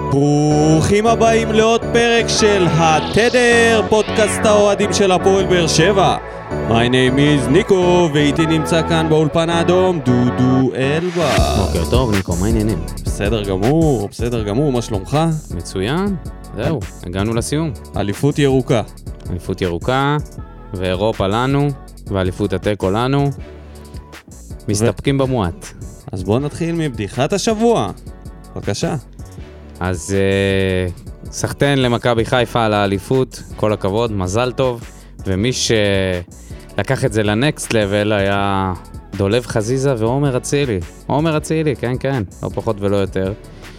ברוכים הבאים לעוד פרק של התדר, פודקאסט האוהדים של הפועל באר שבע. My name is ניקו, ואיתי נמצא כאן באולפן האדום דודו אלבה. בוקר טוב ניקו, מה העניינים? בסדר גמור, מה שלומך? מצוין, זהו, הגענו לסיום. אליפות ירוקה. אליפות ירוקה, ואירופה לנו, ואליפות התיקו לנו. מסתפקים במועט. אז בואו נתחיל מבדיחת השבוע. בבקשה. אז סחטן למכבי חיפה על האליפות, כל הכבוד, מזל טוב. ומי שלקח את זה לנקסט לבל היה דולב חזיזה ועומר אצילי. עומר אצילי, כן, לא פחות ולא יותר.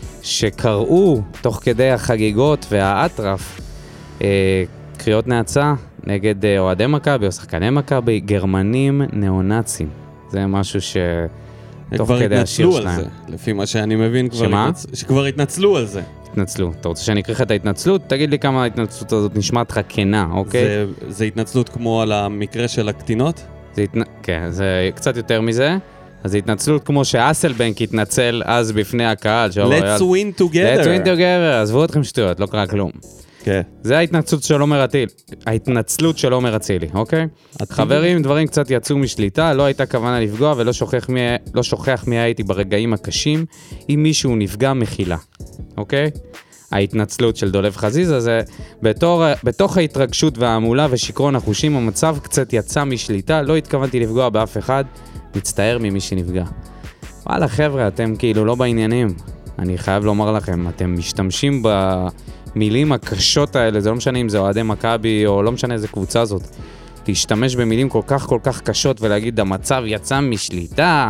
שקראו תוך כדי החגיגות והאטרף קריאות נאצה נגד אוהדי מכבי או שחקני מכבי, גרמנים נאו-נאצים. זה משהו תוך כדי השיר שלהם. כבר התנצלו על זה, לפי מה שאני מבין. שכבר התנצלו על זה. התנצלו. אתה רוצה שאני אקריא לך את ההתנצלות? תגיד לי כמה ההתנצלות הזאת נשמעת לך כנה, אוקיי? זה התנצלות כמו על המקרה של הקטינות? כן, זה קצת יותר מזה. אז זה התנצלות כמו שאסלבנק התנצל אז בפני הקהל. Let's win together. Let's win together. עזבו אתכם שטויות, לא קרה כלום. כן. זה ההתנצלות של עומר אצילי. ההתנצלות של עומר אצילי, אוקיי? חברים, דברים קצת יצאו משליטה, לא הייתה כוונה לפגוע ולא שוכח מי הייתי ברגעים הקשים, אם מישהו נפגע מחילה, אוקיי? ההתנצלות של דולב חזיזה זה, בתוך ההתרגשות והעמולה ושקרון החושים, המצב קצת יצא משליטה, לא התכוונתי לפגוע באף אחד, מצטער ממי שנפגע. וואלה חבר'ה, אתם כאילו לא בעניינים. אני חייב לומר לכם, אתם משתמשים במילים הקשות האלה, זה לא משנה אם זה אוהדי מכבי או לא משנה איזה קבוצה זאת. להשתמש במילים כל כך קשות ולהגיד, המצב יצא משליטה,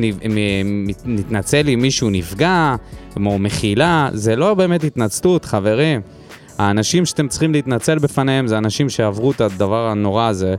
נתנצל אם מישהו נפגע, או מחילה, זה לא באמת התנצלות, חברים. האנשים שאתם צריכים להתנצל בפניהם, זה אנשים שעברו את הדבר הנורא הזה,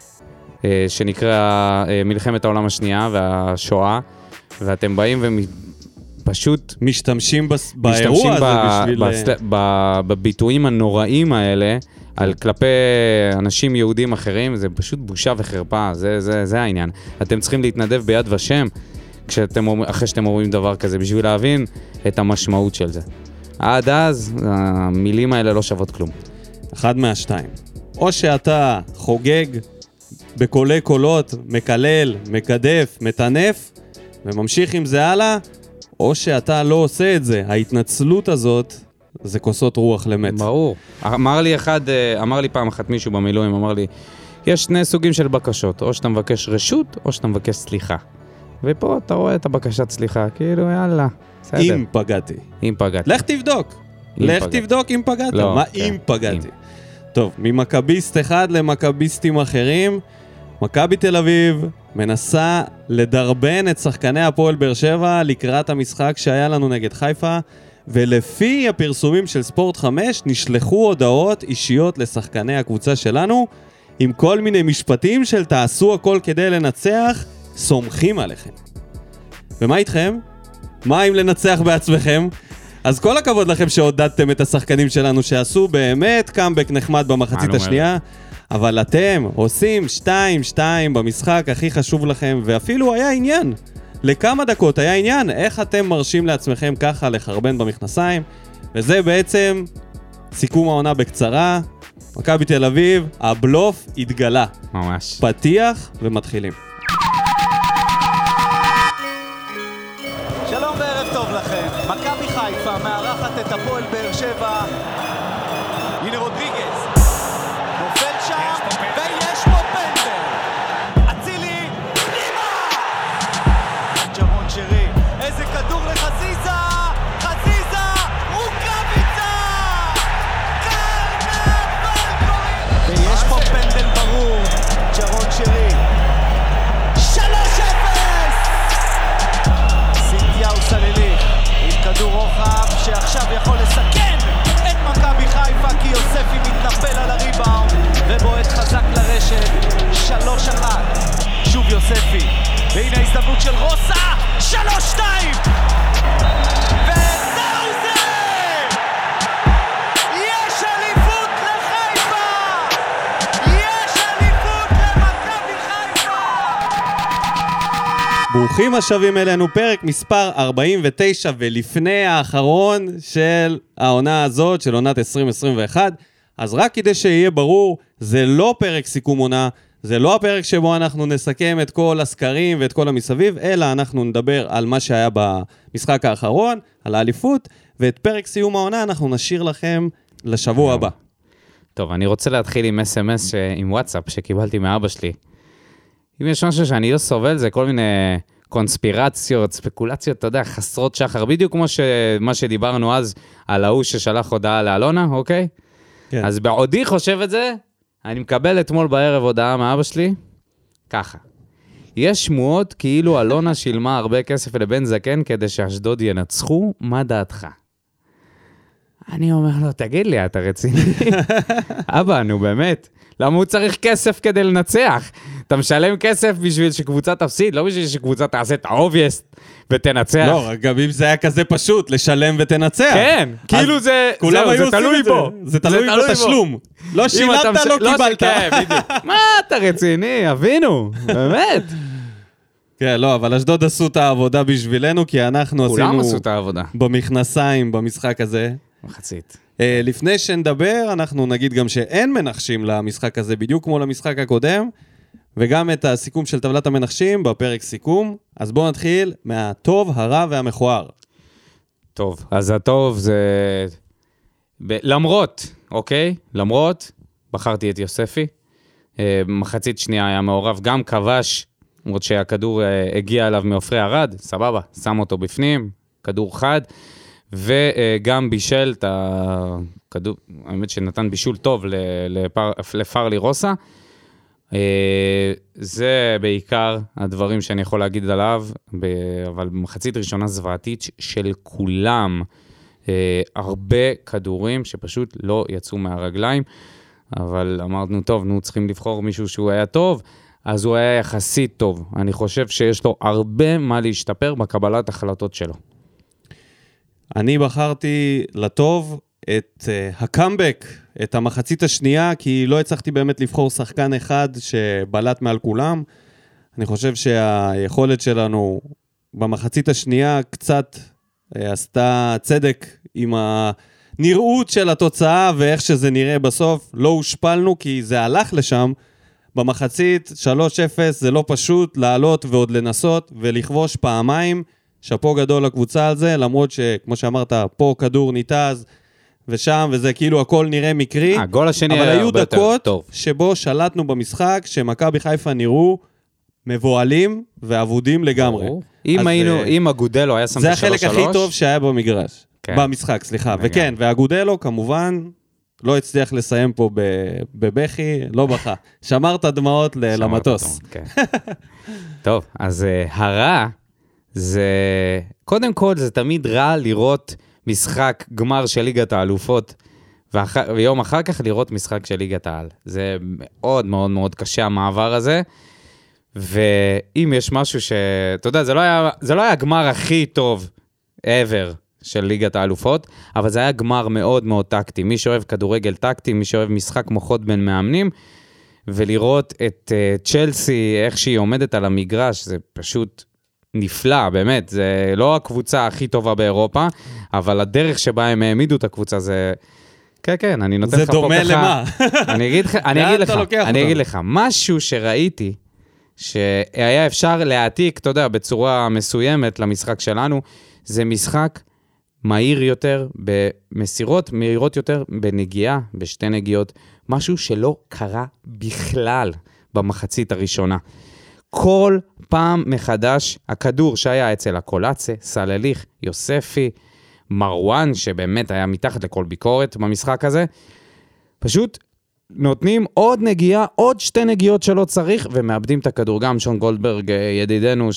שנקרא מלחמת העולם השנייה והשואה, ואתם באים פשוט משתמשים באירוע הזה בשביל בביטויים הנוראים האלה על כלפי אנשים יהודים אחרים, זה פשוט בושה וחרפה, זה העניין. אתם צריכים להתנדב ביד ושם אחרי שאתם אומרים דבר כזה, בשביל להבין את המשמעות של זה. עד אז המילים האלה לא שוות כלום. אחד מהשתיים. או שאתה חוגג בקולי קולות, מקלל, מקדף, מטנף וממשיך עם זה הלאה, או שאתה לא עושה את זה. ההתנצלות הזאת, זה כוסות רוח למת. ברור. אמר לי פעם אחת מישהו במילואים, אמר לי, יש שני סוגים של בקשות, או שאתה מבקש רשות, או שאתה מבקש סליחה. ופה אתה רואה את הבקשת סליחה, כאילו יאללה, בסדר. אם פגעתי. לך תבדוק אם פגעת. לא, מה אם פגעתי? טוב, ממכביסט אחד למכביסטים אחרים, מכבי תל אביב מנסה לדרבן את שחקני הפועל באר שבע לקראת המשחק שהיה לנו נגד חיפה, ולפי הפרסומים של ספורט 5 נשלחו הודעות אישיות לשחקני הקבוצה שלנו עם כל מיני משפטים של תעשו הכל כדי לנצח, סומכים עליכם. ומה איתכם? מה אם לנצח בעצמכם? אז כל הכבוד לכם שעודדתם את השחקנים שלנו שעשו באמת קאמבק נחמד במחצית השנייה, אבל אתם עושים 2-2 במשחק הכי חשוב לכם, ואפילו היה עניין. לכמה דקות היה עניין, איך אתם מרשים לעצמכם ככה לחרבן במכנסיים, וזה בעצם סיכום העונה בקצרה. מכבי תל אביב, הבלוף התגלה. ממש. פתיח ומתחילים. שלום וערב טוב לכם. מכבי חיפה מארחת את הפועל באר שבע. הנה רודריגז. נופל שם, ויש פה פנדל. אצילי, פנימה! ג'רון שרי, איזה כדור לחזיזה! חזיזה, רוקאביצה! קרנבל קוראים! ויש פה פנדל ברור, ג'רון שרי. 3-0! סינטיהו סלילי, עם כדור רוחב שעכשיו יכול לסכן את מכבי חיפה, כי יוספי מתנפל על הריבאונד ובועט חזק לרשת. 3-1, שוב יוספי, והנה ההזדמנות של רוסה. 3-2, וזהו זה! יש אליפות לחיפה! יש אליפות למכבי חיפה! ברוכים השבים אלינו, פרק מספר 49 ולפני האחרון של העונה הזאת, של עונת 2021. אז רק כדי שיהיה ברור, זה לא פרק סיכום עונה, זה לא הפרק שבו אנחנו נסכם את כל הסקרים ואת כל המסביב, אלא אנחנו נדבר על מה שהיה במשחק האחרון, על האליפות, ואת פרק סיום העונה אנחנו נשאיר לכם לשבוע הבא. טוב, אני רוצה להתחיל עם SMS עם וואטסאפ שקיבלתי מאבא שלי. אם יש משהו שאני לא סובל, זה כל מיני קונספירציות, ספקולציות, אתה יודע, חסרות שחר, בדיוק כמו מה שדיברנו אז על ההוא ששלח הודעה לאלונה, אוקיי? כן. אז בעודי חושב את זה, אני מקבל אתמול בערב הודעה מאבא שלי, ככה. יש שמועות כאילו אלונה שילמה הרבה כסף לבן זקן כדי שאשדוד ינצחו, מה דעתך? אני אומר לו, תגיד לי, אתה רציני? אבא, נו באמת, למה הוא צריך כסף כדי לנצח? אתה משלם כסף בשביל שקבוצה תפסיד, לא בשביל שקבוצה תעשה את האובייס ותנצח. לא, גם אם זה היה כזה פשוט, לשלם ותנצח. כן, כאילו זה תלוי בו. זה תלוי בתשלום. לא שילמת, לא קיבלת. מה אתה רציני? אבינו, באמת. כן, לא, אבל אשדוד עשו את העבודה בשבילנו, כי אנחנו כולם עשו את העבודה. במכנסיים במשחק הזה. מחצית. לפני שנדבר, אנחנו נגיד גם שאין מנחשים למשחק הזה, בדיוק כמו למשחק הקודם, וגם את הסיכום של טבלת המנחשים בפרק סיכום. אז בואו נתחיל מהטוב, הרע והמכוער. טוב, אז הטוב זה... למרות, אוקיי? למרות, בחרתי את יוספי. מחצית שנייה היה מעורב, גם כבש, למרות שהכדור הגיע אליו מאופרי הרד, סבבה, שם אותו בפנים, כדור חד, וגם בישל את הכדור, האמת שנתן בישול טוב לפרלי רוסה. זה בעיקר הדברים שאני יכול להגיד עליו, אבל במחצית ראשונה זוועתית של כולם, הרבה כדורים שפשוט לא יצאו מהרגליים, אבל אמרנו, טוב, צריכים לבחור מישהו שהוא היה טוב, אז הוא היה יחסית טוב. אני חושב שיש לו הרבה מה להשתפר בקבלת החלטות שלו. אני בחרתי לטוב את הקאמבק, את המחצית השנייה, כי לא הצלחתי באמת לבחור שחקן אחד שבלט מעל כולם. אני חושב שהיכולת שלנו במחצית השנייה קצת עשתה צדק עם הנראות של התוצאה ואיך שזה נראה בסוף. לא הושפלנו כי זה הלך לשם. במחצית 3-0 זה לא פשוט לעלות ועוד לנסות ולכבוש פעמיים. שפו גדול לקבוצה על זה, למרות שכמו שאמרת, פה כדור ניתז ושם, וזה כאילו הכל נראה מקרי. הגול השני אבל היו דקות שבו שלטנו במשחק, שמכבי חיפה נראו מבועלים ועבודים לגמרי. אם אגודלו היה שם זה החלק הכי טוב שהיה במגרש. במשחק, סליחה. וכן, ואגודלו כמובן לא הצליח לסיים פה בבכי, לא בכה. שמר את הדמעות למטוס. טוב, אז הרע זה, קודם כל זה תמיד רע לראות משחק גמר של ליגת האלופות, ויום אחר כך לראות משחק של ליגת העל. זה מאוד מאוד מאוד קשה המעבר הזה, ואם יש משהו אתה יודע, זה לא היה הגמר הכי טוב ever של ליגת האלופות, אבל זה היה גמר מאוד מאוד טקטי. מי שאוהב כדורגל טקטי, מי שאוהב משחק מוחות בין מאמנים, ולראות את צ'לסי, איך שהיא עומדת על המגרש, זה פשוט נפלא, באמת. זה לא הקבוצה הכי טובה באירופה, אבל הדרך שבה הם העמידו את הקבוצה זה... כן, אני נותן לך פה ככה... זה דומה למה? אני אגיד לך, משהו שראיתי, שהיה אפשר להעתיק, אתה יודע, בצורה מסוימת למשחק שלנו, זה משחק מהיר יותר, במסירות מהירות יותר, בנגיעה, בשתי נגיעות, משהו שלא קרה בכלל במחצית הראשונה. כל פעם מחדש, הכדור שהיה אצל הקולצה, סלליך, יוספי, מרואן, שבאמת היה מתחת לכל ביקורת במשחק הזה, פשוט נותנים עוד נגיעה, עוד שתי נגיעות שלא צריך, ומאבדים את הכדור. גם שון גולדברג, ידידנו,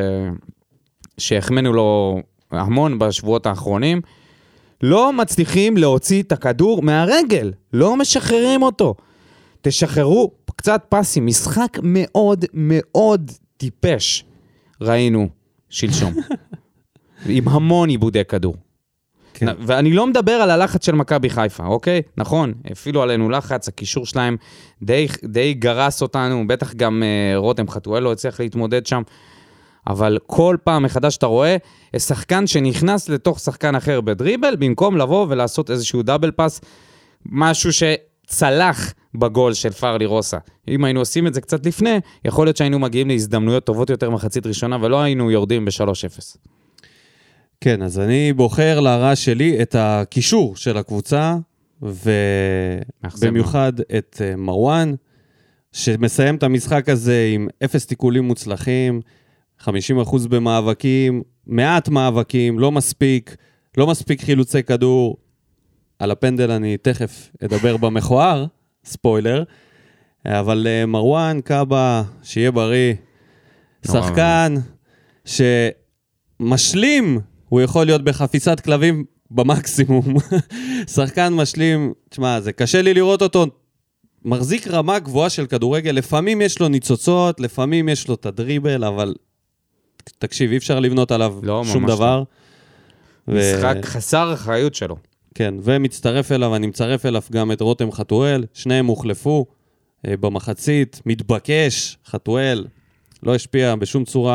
שהחמנו לו המון בשבועות האחרונים, לא מצליחים להוציא את הכדור מהרגל, לא משחררים אותו. תשחררו קצת פסים, משחק מאוד מאוד טיפש, ראינו שלשום, עם המון עיבודי כדור. כן. ואני לא מדבר על הלחץ של מכבי חיפה, אוקיי? נכון, אפילו עלינו לחץ, הקישור שלהם די גרס אותנו, בטח גם רותם חתואל לא הצליח להתמודד שם, אבל כל פעם מחדש אתה רואה שחקן שנכנס לתוך שחקן אחר בדריבל, במקום לבוא ולעשות איזשהו דאבל פאס, משהו שצלח בגול של פארלי רוסה. אם היינו עושים את זה קצת לפני, יכול להיות שהיינו מגיעים להזדמנויות טובות יותר מחצית ראשונה, ולא היינו יורדים ב-3-0. כן, אז אני בוחר להראה שלי את הקישור של הקבוצה, ובמיוחד את מרואן, שמסיים את המשחק הזה עם 0 תיקולים מוצלחים, 50% במאבקים, מעט מאבקים, לא מספיק חילוצי כדור. על הפנדל אני תכף אדבר במכוער, ספוילר, אבל מרואן קאבה, שיהיה בריא, שחקן שמשלים, הוא יכול להיות בחפיסת כלבים במקסימום, שחקן משלים, תשמע, זה קשה לי לראות אותו, מחזיק רמה גבוהה של כדורגל, לפעמים יש לו ניצוצות, לפעמים יש לו את הדריבל, אבל תקשיב, אי אפשר לבנות עליו שום דבר. משחק חסר אחריות שלו. כן, ומצטרף אליו, אני מצרף אליו גם את רותם חתואל, שניהם הוחלפו במחצית, מתבקש, חתואל, לא השפיע בשום צורה,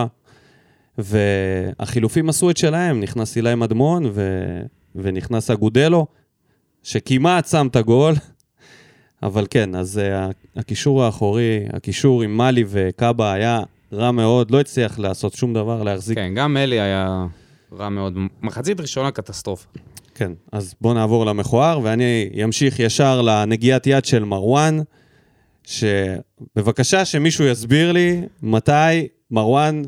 והחילופים עשו את שלהם, נכנס אליי מדמון, ונכנס אגודלו, שכמעט שם את הגול, אבל כן, אז הקישור האחורי, הקישור עם מלי וקאבה היה רע מאוד, לא הצליח לעשות שום דבר, להחזיק. כן, גם מלי היה רע מאוד, מחצית ראשונה קטסטרופה. כן, אז בוא נעבור למכוער, ואני אמשיך ישר לנגיעת יד של מרואן, שבבקשה שמישהו יסביר לי מתי מרואן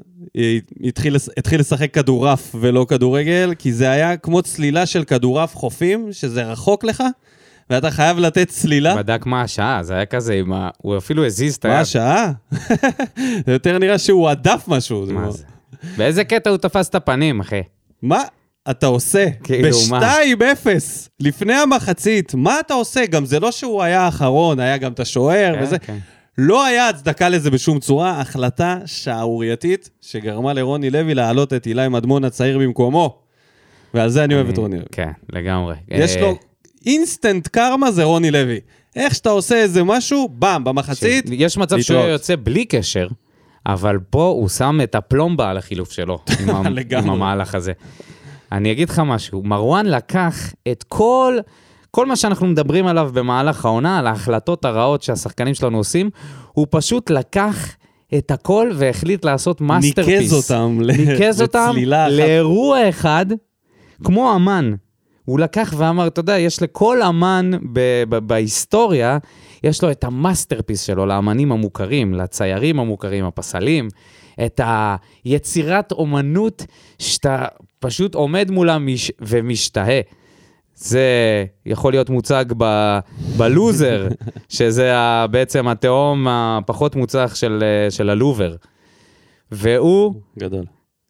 התחיל לשחק כדורף ולא כדורגל, כי זה היה כמו צלילה של כדורף חופים, שזה רחוק לך, ואתה חייב לתת צלילה. בדק מה השעה, זה היה כזה, הוא אפילו הזיז את היד. מה השעה? זה יותר נראה שהוא עדף משהו. מה זה? באיזה קטע הוא תפס את הפנים, אחי? מה אתה עושה? ב-2-0, לפני המחצית, מה אתה עושה? גם זה לא שהוא היה האחרון, היה גם את השוער וזה. לא היה הצדקה לזה בשום צורה, החלטה שערורייתית, שגרמה לרוני לוי להעלות את אילי מדמון הצעיר במקומו. ועל זה אני אוהב את רוני לוי. כן, לגמרי. יש לו אינסטנט קרמה, זה רוני לוי. איך שאתה עושה איזה משהו, בם, במחצית. יש מצב שהוא יוצא בלי קשר, אבל פה הוא שם את הפלומבה על החילוף שלו, עם המהלך הזה. אני אגיד לך משהו, מרואן לקח את כל מה שאנחנו מדברים עליו במהלך העונה, על ההחלטות הרעות שהשחקנים שלנו עושים, הוא פשוט לקח את הכל והחליט לעשות מאסטרפיס. ניקז אותם לאירוע אחד, כמו אמן. הוא לקח ואמר, אתה יודע, יש לכל אמן בהיסטוריה, יש לו את המאסטרפיס שלו, לאמנים המוכרים, לציירים המוכרים, הפסלים, את היצירת אומנות שאתה פשוט עומד מולה ומשתהה. זה יכול להיות מוצג בלוזר, שזה בעצם התאום הפחות מוצח של הלובר. והוא... גדול.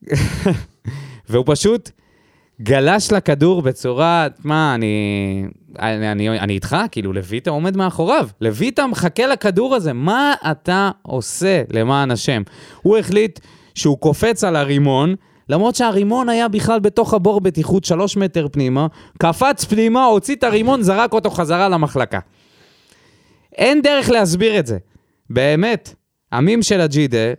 והוא פשוט גלש לכדור בצורה, מה, אני איתך, כאילו, לויטה עומד מאחוריו. לויטה מחכה לכדור הזה, מה אתה עושה למען השם? הוא החליט שהוא קופץ על הרימון, למרות שהרימון היה בכלל בתוך הבור בטיחות 3 מטר פנימה, קפץ פנימה, הוציא את הרימון, זרק אותו חזרה למחלקה. אין דרך להסביר את זה. באמת, המים של הג'ידה,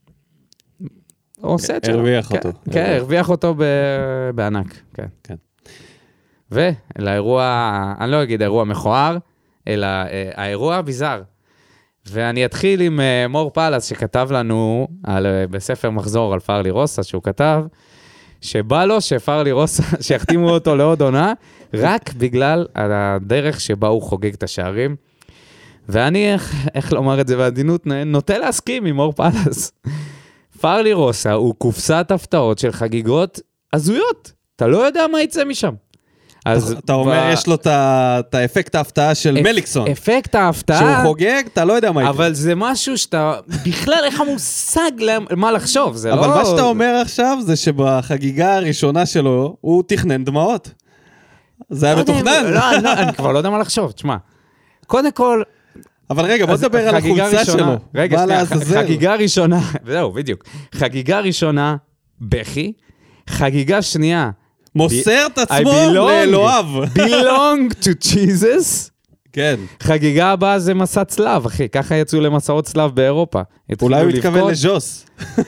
עושה את שלו. הרוויח אותו. כן, הרוויח אותו בענק. כן. ולאירוע, אני לא אגיד אירוע מכוער, אלא האירוע ביזר. ואני אתחיל עם מור פלס, שכתב לנו בספר מחזור על פארלי רוסה, שהוא כתב, שבא לו שפארלי רוסה, שיחתימו אותו לעוד עונה, רק בגלל הדרך שבה הוא חוגג את השערים. ואני, איך לומר את זה בעדינות, נוטה להסכים עם מור פלס. פארלי רוסה הוא קופסת הפתעות של חגיגות הזויות. אתה לא יודע מה יצא משם. אתה אומר, יש לו את האפקט ההפתעה של מליקסון. אפקט ההפתעה. שהוא חוגג, אתה לא יודע מה יקרה. אבל זה משהו שאתה, בכלל איך המושג מה לחשוב, זה לא... אבל מה שאתה אומר עכשיו, זה שבחגיגה הראשונה שלו, הוא תכנן דמעות. זה היה מתוכנן. לא, אני כבר לא יודע מה לחשוב, תשמע. קודם כל... אבל רגע, בוא נדבר על החולצה שלו. רגע, חגיגה ראשונה, זהו, בדיוק. חגיגה ראשונה, בכי. חגיגה שנייה, מוסר את עצמו לאלוהיו. belong to Jesus. כן. חגיגה הבאה זה מסע צלב, אחי. ככה יצאו למסעות צלב באירופה. אולי הוא התכוון לג'וס.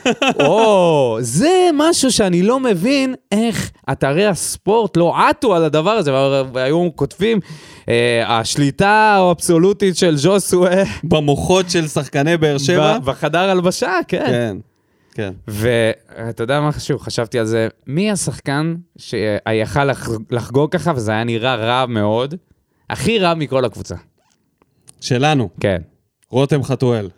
זה משהו שאני לא מבין איך אתרי הספורט לא עטו על הדבר הזה, והיום כותבים, השליטה האבסולוטית של ג'וס הוא... במוחות של שחקני באר שבע. בחדר הלבשה, כן. כן, כן. ואתה יודע מה חשוב? חשבתי על זה, מי השחקן שיכל לחגוג ככה, וזה היה נראה רע מאוד, הכי רע מכל הקבוצה. שלנו. כן. רותם חתואל.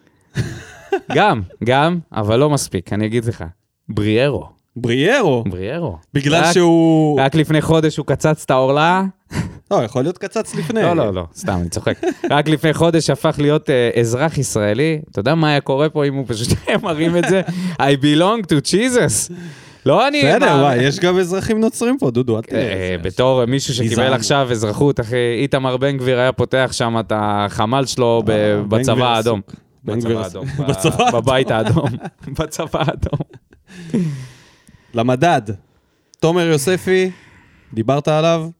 גם, אבל לא מספיק, אני אגיד לך. בריארו. בריארו? בגלל שהוא... רק לפני חודש הוא קצץ את העורלה. לא, יכול להיות קצץ לפני. לא, סתם, אני צוחק. רק לפני חודש הפך להיות אזרח ישראלי. אתה יודע מה היה קורה פה אם הוא פשוט מרים את זה? I belong to Jesus. לא אני... בסדר, וואי, יש גם אזרחים נוצרים פה, דודו, אל תראה. בתור מישהו שקיבל עכשיו אזרחות, אחי, איתמר בן גביר היה פותח שם את החמ"ל שלו בצבא האדום. בבית האדום. בצבא האדום. למדד. תומר יוספי, דיברת עליו?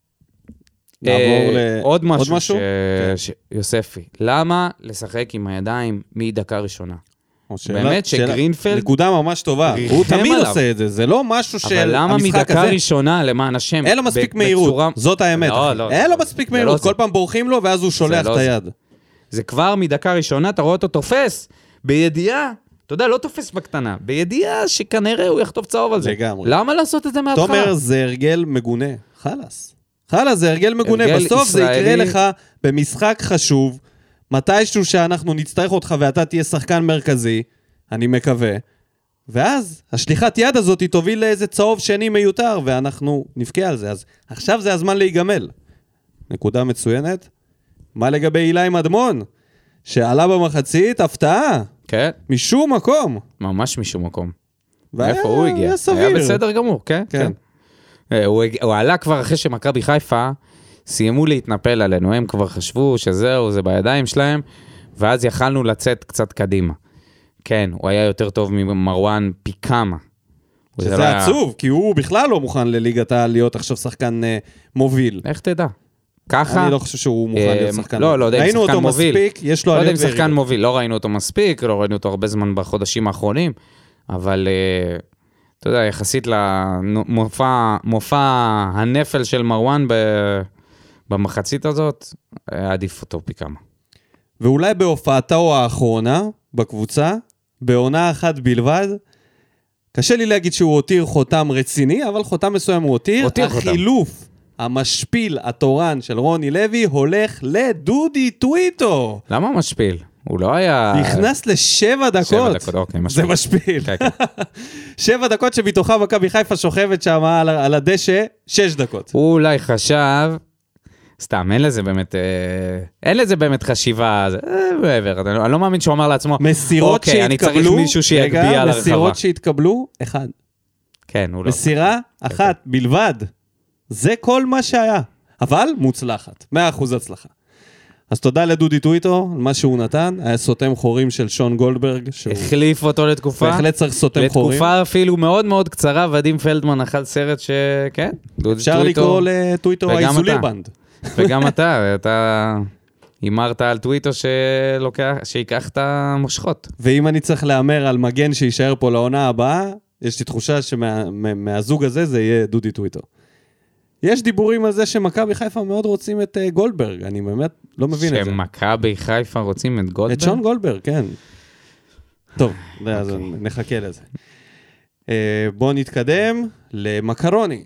עוד משהו? יוספי, למה לשחק עם הידיים מדקה ראשונה? באמת שגרינפלד... נקודה ממש טובה. הוא תמיד עושה את זה, זה לא משהו של המשחק הזה. אבל למה מדקה ראשונה, למען השם? אין לו מספיק מהירות, זאת האמת. אין לו מספיק מהירות, כל פעם בורחים לו ואז הוא שולח את היד. זה כבר מדקה ראשונה, אתה רואה אותו תופס, בידיעה, אתה יודע, לא תופס בקטנה, בידיעה שכנראה הוא יחטוף צהוב על זה. לגמרי. למה לעשות את זה מההתחלה? תומר, זה הרגל מגונה. חלאס, זה הרגל מגונה. בסוף זה יקרה לך במשחק חשוב, מתישהו שאנחנו נצטרך אותך ואתה תהיה שחקן מרכזי, אני מקווה, ואז השליחת יד הזאת היא תוביל לאיזה צהוב שני מיותר, ואנחנו נבכה על זה. אז עכשיו זה הזמן להיגמל. נקודה מצוינת. מה לגבי אילי מדמון? שעלה במחצית, הפתעה. כן. משום מקום. ממש משום מקום. איפה הוא הגיע? היה בסדר גמור, כן? כן. הוא עלה כבר אחרי שמכבי חיפה, סיימו להתנפל עלינו, הם כבר חשבו שזהו, זה בידיים שלהם, ואז יכלנו לצאת קצת קדימה. כן, הוא היה יותר טוב ממרואן פי כמה. שזה עצוב, כי הוא בכלל לא מוכן לליגת העל להיות עכשיו שחקן מוביל. איך תדע? ככה... אני לא חושב שהוא מוכן להיות שחקן. לא יודע אם שחקן מוביל. מספיק, יש לו לא יודע אם שחקן מוביל, לא ראינו אותו מספיק, לא ראינו אותו הרבה זמן בחודשים האחרונים, אבל אתה יודע, יחסית למופע הנפל של מרואן במחצית הזאת, עדיף אותו פי כמה. ואולי בהופעתו האחרונה בקבוצה, בעונה אחת בלבד, קשה לי להגיד שהוא הותיר חותם רציני, אבל חותם מסוים הוא הותיר. החילוף המשפיל התורן של רוני לוי הולך לדודי טוויטו. למה משפיל? הוא לא היה... נכנס ל7 דקות. 7 דקות, אוקיי, משפיל. זה משפיל. כן, כן. 7 דקות שבתוכה מכבי חיפה שוכבת שם על הדשא, 6 דקות. הוא אולי חשב... סתם, אין לזה באמת חשיבה, אני לא מאמין שהוא אמר לעצמו, מסירות שהתקבלו, אני צריך מישהו שיגביע על הרחבה. מסירות שהתקבלו, 1. כן, הוא לא. מסירה 1 בלבד. זה כל מה שהיה. אבל מוצלחת, 100% הצלחה. אז תודה לדודי טוויטו, על מה שהוא נתן, היה סותם חורים של שון גולדברג. החליף אותו לתקופה. בהחלט צריך סותם חורים. לתקופה אפילו מאוד מאוד קצרה, ודים פלדמן אכל סרת שכן, דודי אפשר לקרוא לטוויטו האיזולירבנד. וגם אתה אמרת על טוויטו שיקח את המושכות. ואם אני צריך לאמר על מגן שישאר פה לעונה הבאה, יש לי תחושה שמהזוג הזה זה יהיה דודי טוויטו. יש דיבורים על זה שמכבי חיפה מאוד רוצים את גולדברג, אני באמת לא מבין את זה. שמכבי חיפה רוצים את גולדברג? את שון גולדברג, כן. טוב, אז נחכה לזה. בואו נתקדם למקרוני.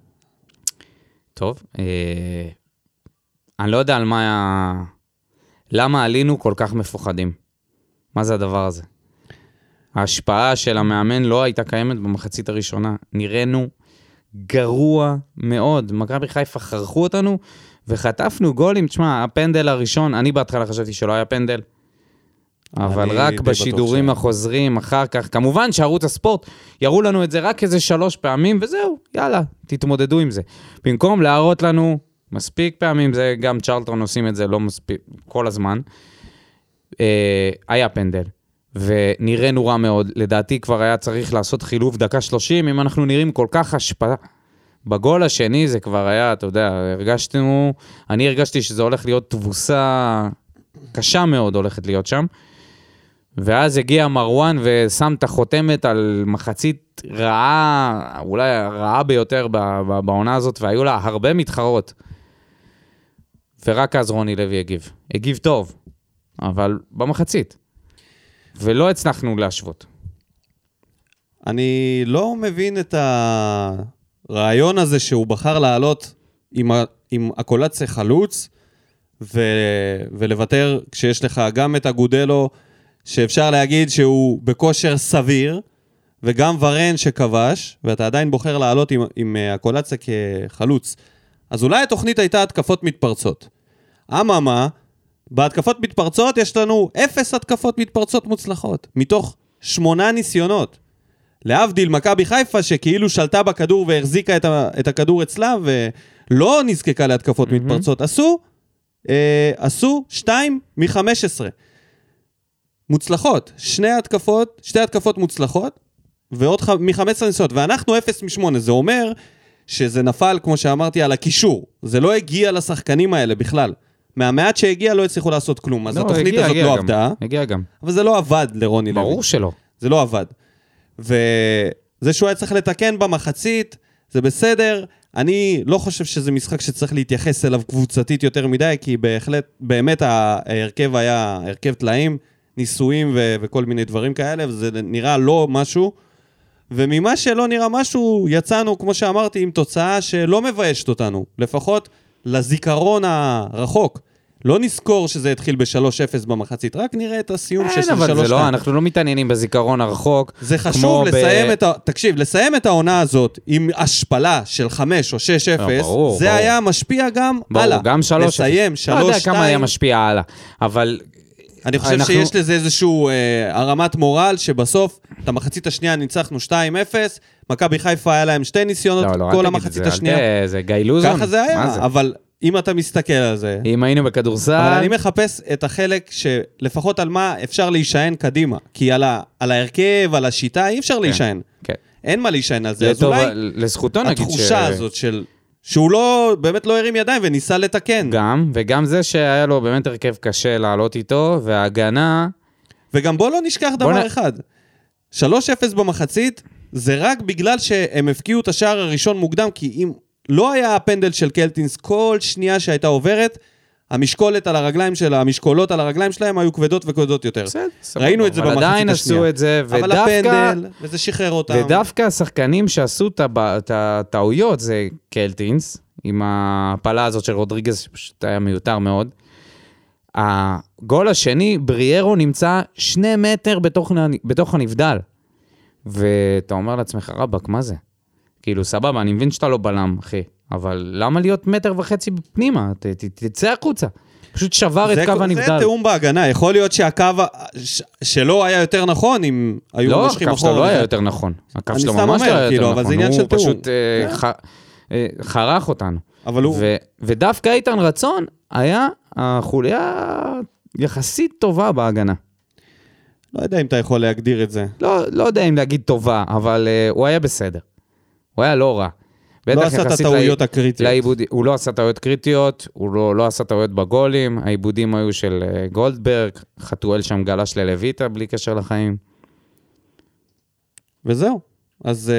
טוב, אני לא יודע על למה עלינו כל כך מפוחדים. מה זה הדבר הזה? ההשפעה של המאמן לא הייתה קיימת במחצית הראשונה. נראינו גרוע מאוד. מכבי חיפה חרכו אותנו וחטפנו גולים. תשמע, הפנדל הראשון, אני בהתחלה חשבתי שלא היה פנדל. אבל רק בשידורים החוזרים אחר כך. כמובן שערוץ הספורט יראו לנו את זה רק איזה 3 פעמים, וזהו, יאללה, תתמודדו עם זה. במקום להראות לנו מספיק פעמים, זה גם צ'רלטון עושים את זה לא מספיק, כל הזמן, היה פנדל, ונראינו רע מאוד, לדעתי כבר היה צריך לעשות חילוף דקה 30, אם אנחנו נראים כל כך השפעה בגול השני זה כבר היה, אתה יודע, אני הרגשתי שזה הולך להיות תבוסה קשה מאוד הולכת להיות שם, ואז הגיע מרואן ושם את החותמת על מחצית רעה, אולי הרעה ביותר בעונה הזאת, והיו לה הרבה מתחרות. ורק אז רוני לוי הגיב טוב, אבל במחצית. ולא הצלחנו להשוות. אני לא מבין את הרעיון הזה שהוא בחר לעלות עם הקולציה חלוץ, ולוותר כשיש לך גם את הגודלו, שאפשר להגיד שהוא בכושר סביר, וגם ורן שכבש, ואתה עדיין בוחר לעלות עם הקולציה כחלוץ. אז אולי התוכנית הייתה התקפות מתפרצות. אממה, בהתקפות מתפרצות יש לנו 0 התקפות מתפרצות מוצלחות, מתוך 8 ניסיונות. להבדיל מכבי חיפה שכאילו שלטה בכדור והחזיקה את הכדור אצלה, ולא נזקקה להתקפות מתפרצות. עשו 2 מ-15. מוצלחות. שתי התקפות מוצלחות, ועוד מ-15 ניסיונות. ואנחנו 0 מ-8. זה אומר שזה נפל, כמו שאמרתי, על הקישור. זה לא הגיע לשחקנים האלה בכלל. מהמעט שהגיע לא הצליחו לעשות כלום. אז התוכנית הזאת לא עבדה. הגיע גם. אבל זה לא עבד לרוני לוי. ברור שלא. זה לא עבד. וזה שהוא היה צריך לתקן במחצית, זה בסדר. אני לא חושב שזה משחק שצריך להתייחס אליו קבוצתית יותר מדי, כי באמת ההרכב היה הרכב תלאים, ניסויים וכל מיני דברים כאלה, וזה נראה לא משהו. וממה שלא נראה משהו, יצאנו, כמו שאמרתי, עם תוצאה שלא מביישת אותנו. לפחות לזיכרון הרחוק. לא נזכור שזה התחיל ב-3-0 במחצית, רק נראה את הסיום של 3-2. אבל זה לא, אנחנו לא מתעניינים בזיכרון הרחוק. זה חשוב לסיים את העונה הזאת עם השפלה של 5 או 6-0, זה היה משפיע גם הלאה. גם 3-0. לסיים 3-2. לא יודע כמה היה משפיע הלאה, אבל... אני חושב שיש לזה איזשהו הרמת מורל, שבסוף, את המחצית השנייה ניצחנו 2-0, מכבי חיפה היה להם 2 ניסיונות, כל המחצית השנייה. זה גיא לוזון. ככה זה היה, אבל... אם אתה מסתכל על זה... אם היינו בכדורסל... אבל אני מחפש את החלק שלפחות על מה אפשר להישען קדימה. כי על ההרכב, על השיטה, אי אפשר להישען. אין מה להישען על זה. אז אולי לזכותו נגיד התחושה הזאת שהוא באמת לא הרים ידיים וניסה לתקן. וגם זה שהיה לו באמת הרכב קשה לעלות איתו, וההגנה... וגם בוא לא נשכח דבר אחד. 3-0 במחצית, זה רק בגלל שהם הפקיעו את השער הראשון מוקדם, כי אם... לא היה הפנדל של קלטינס, כל שנייה שהייתה עוברת, המשקולות על הרגליים שלהם היו כבדות וכבדות יותר. ראינו את זה במחצית השנייה. אבל עדיין עשו את זה, אבל הפנדל, וזה שחרר אותם. ודווקא השחקנים שעשו את הטעויות, זה קלטינס, עם הפעלה הזאת של רודריגז, שפשוט היה מיותר מאוד. הגול השני, בריארו נמצא 2 מטר בתוך הנבדל. ואתה אומר לעצמך, רבק, מה זה? כאילו, סבבה, אני מבין שאתה לא בלם, אחי, אבל למה להיות 1.5 מטר בפנימה? תצא החוצה. פשוט שבר את קו הנבדל. זה תאום בהגנה, יכול להיות שהקו שלו היה יותר נכון, אם היו משכים אחורה. לא, הקו שלו לא היה יותר נכון. הקו שלו ממש לא היה יותר נכון. הוא פשוט חרך אותנו. ודווקא איתן רצון היה החוליה יחסית טובה בהגנה. לא יודע אם אתה יכול להגדיר את זה. לא יודע אם להגיד טובה, אבל הוא היה בסדר. הוא היה לא רע. לא עשה את הטעויות הקריטיות. הוא לא עשה טעויות קריטיות, הוא לא עשה טעויות בגולים, העיבודים היו של גולדברג, חתואל שם גלש ללויטה, בלי קשר לחיים. וזהו. אז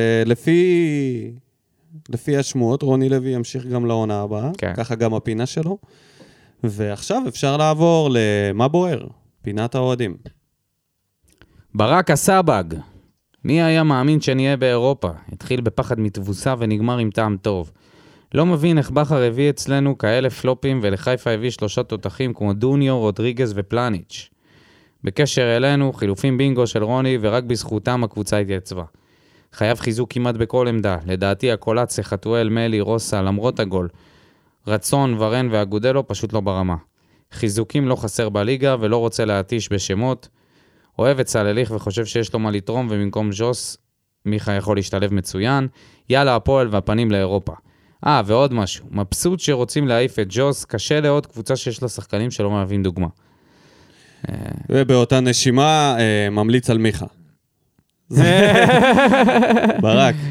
לפי השמועות, רוני לוי ימשיך גם לעונה הבאה, ככה גם הפינה שלו. ועכשיו אפשר לעבור למה בוער, פינת האוהדים. ברק הסבג. מי היה מאמין שנהיה באירופה? התחיל בפחד מתבוסה ונגמר עם טעם טוב. לא מבין איך בכר הביא אצלנו כאלה פלופים ולחיפה הביא 3 תותחים כמו דוניו, רודריגז ופלניץ'. בקשר אלינו, חילופים בינגו של רוני ורק בזכותם הקבוצה התייצבה. חייב חיזוק כמעט בכל עמדה. לדעתי הקולציה, חתואל, מלי, רוסה, למרות הגול. רצון, ורן והגודלו פשוט לא ברמה. חיזוקים לא חסר בליגה ולא רוצה להתיש בשמות. אוהב את סלליך וחושב שיש לו מה לתרום, ובמקום ג'וס, מיכה יכול להשתלב מצוין. יאללה הפועל והפנים לאירופה. ועוד משהו. מבסוט שרוצים להעיף את ג'וס, קשה לעוד קבוצה שיש לה שחקנים שלא מהווים דוגמה. ובאותה נשימה, ממליץ על מיכה. ברק.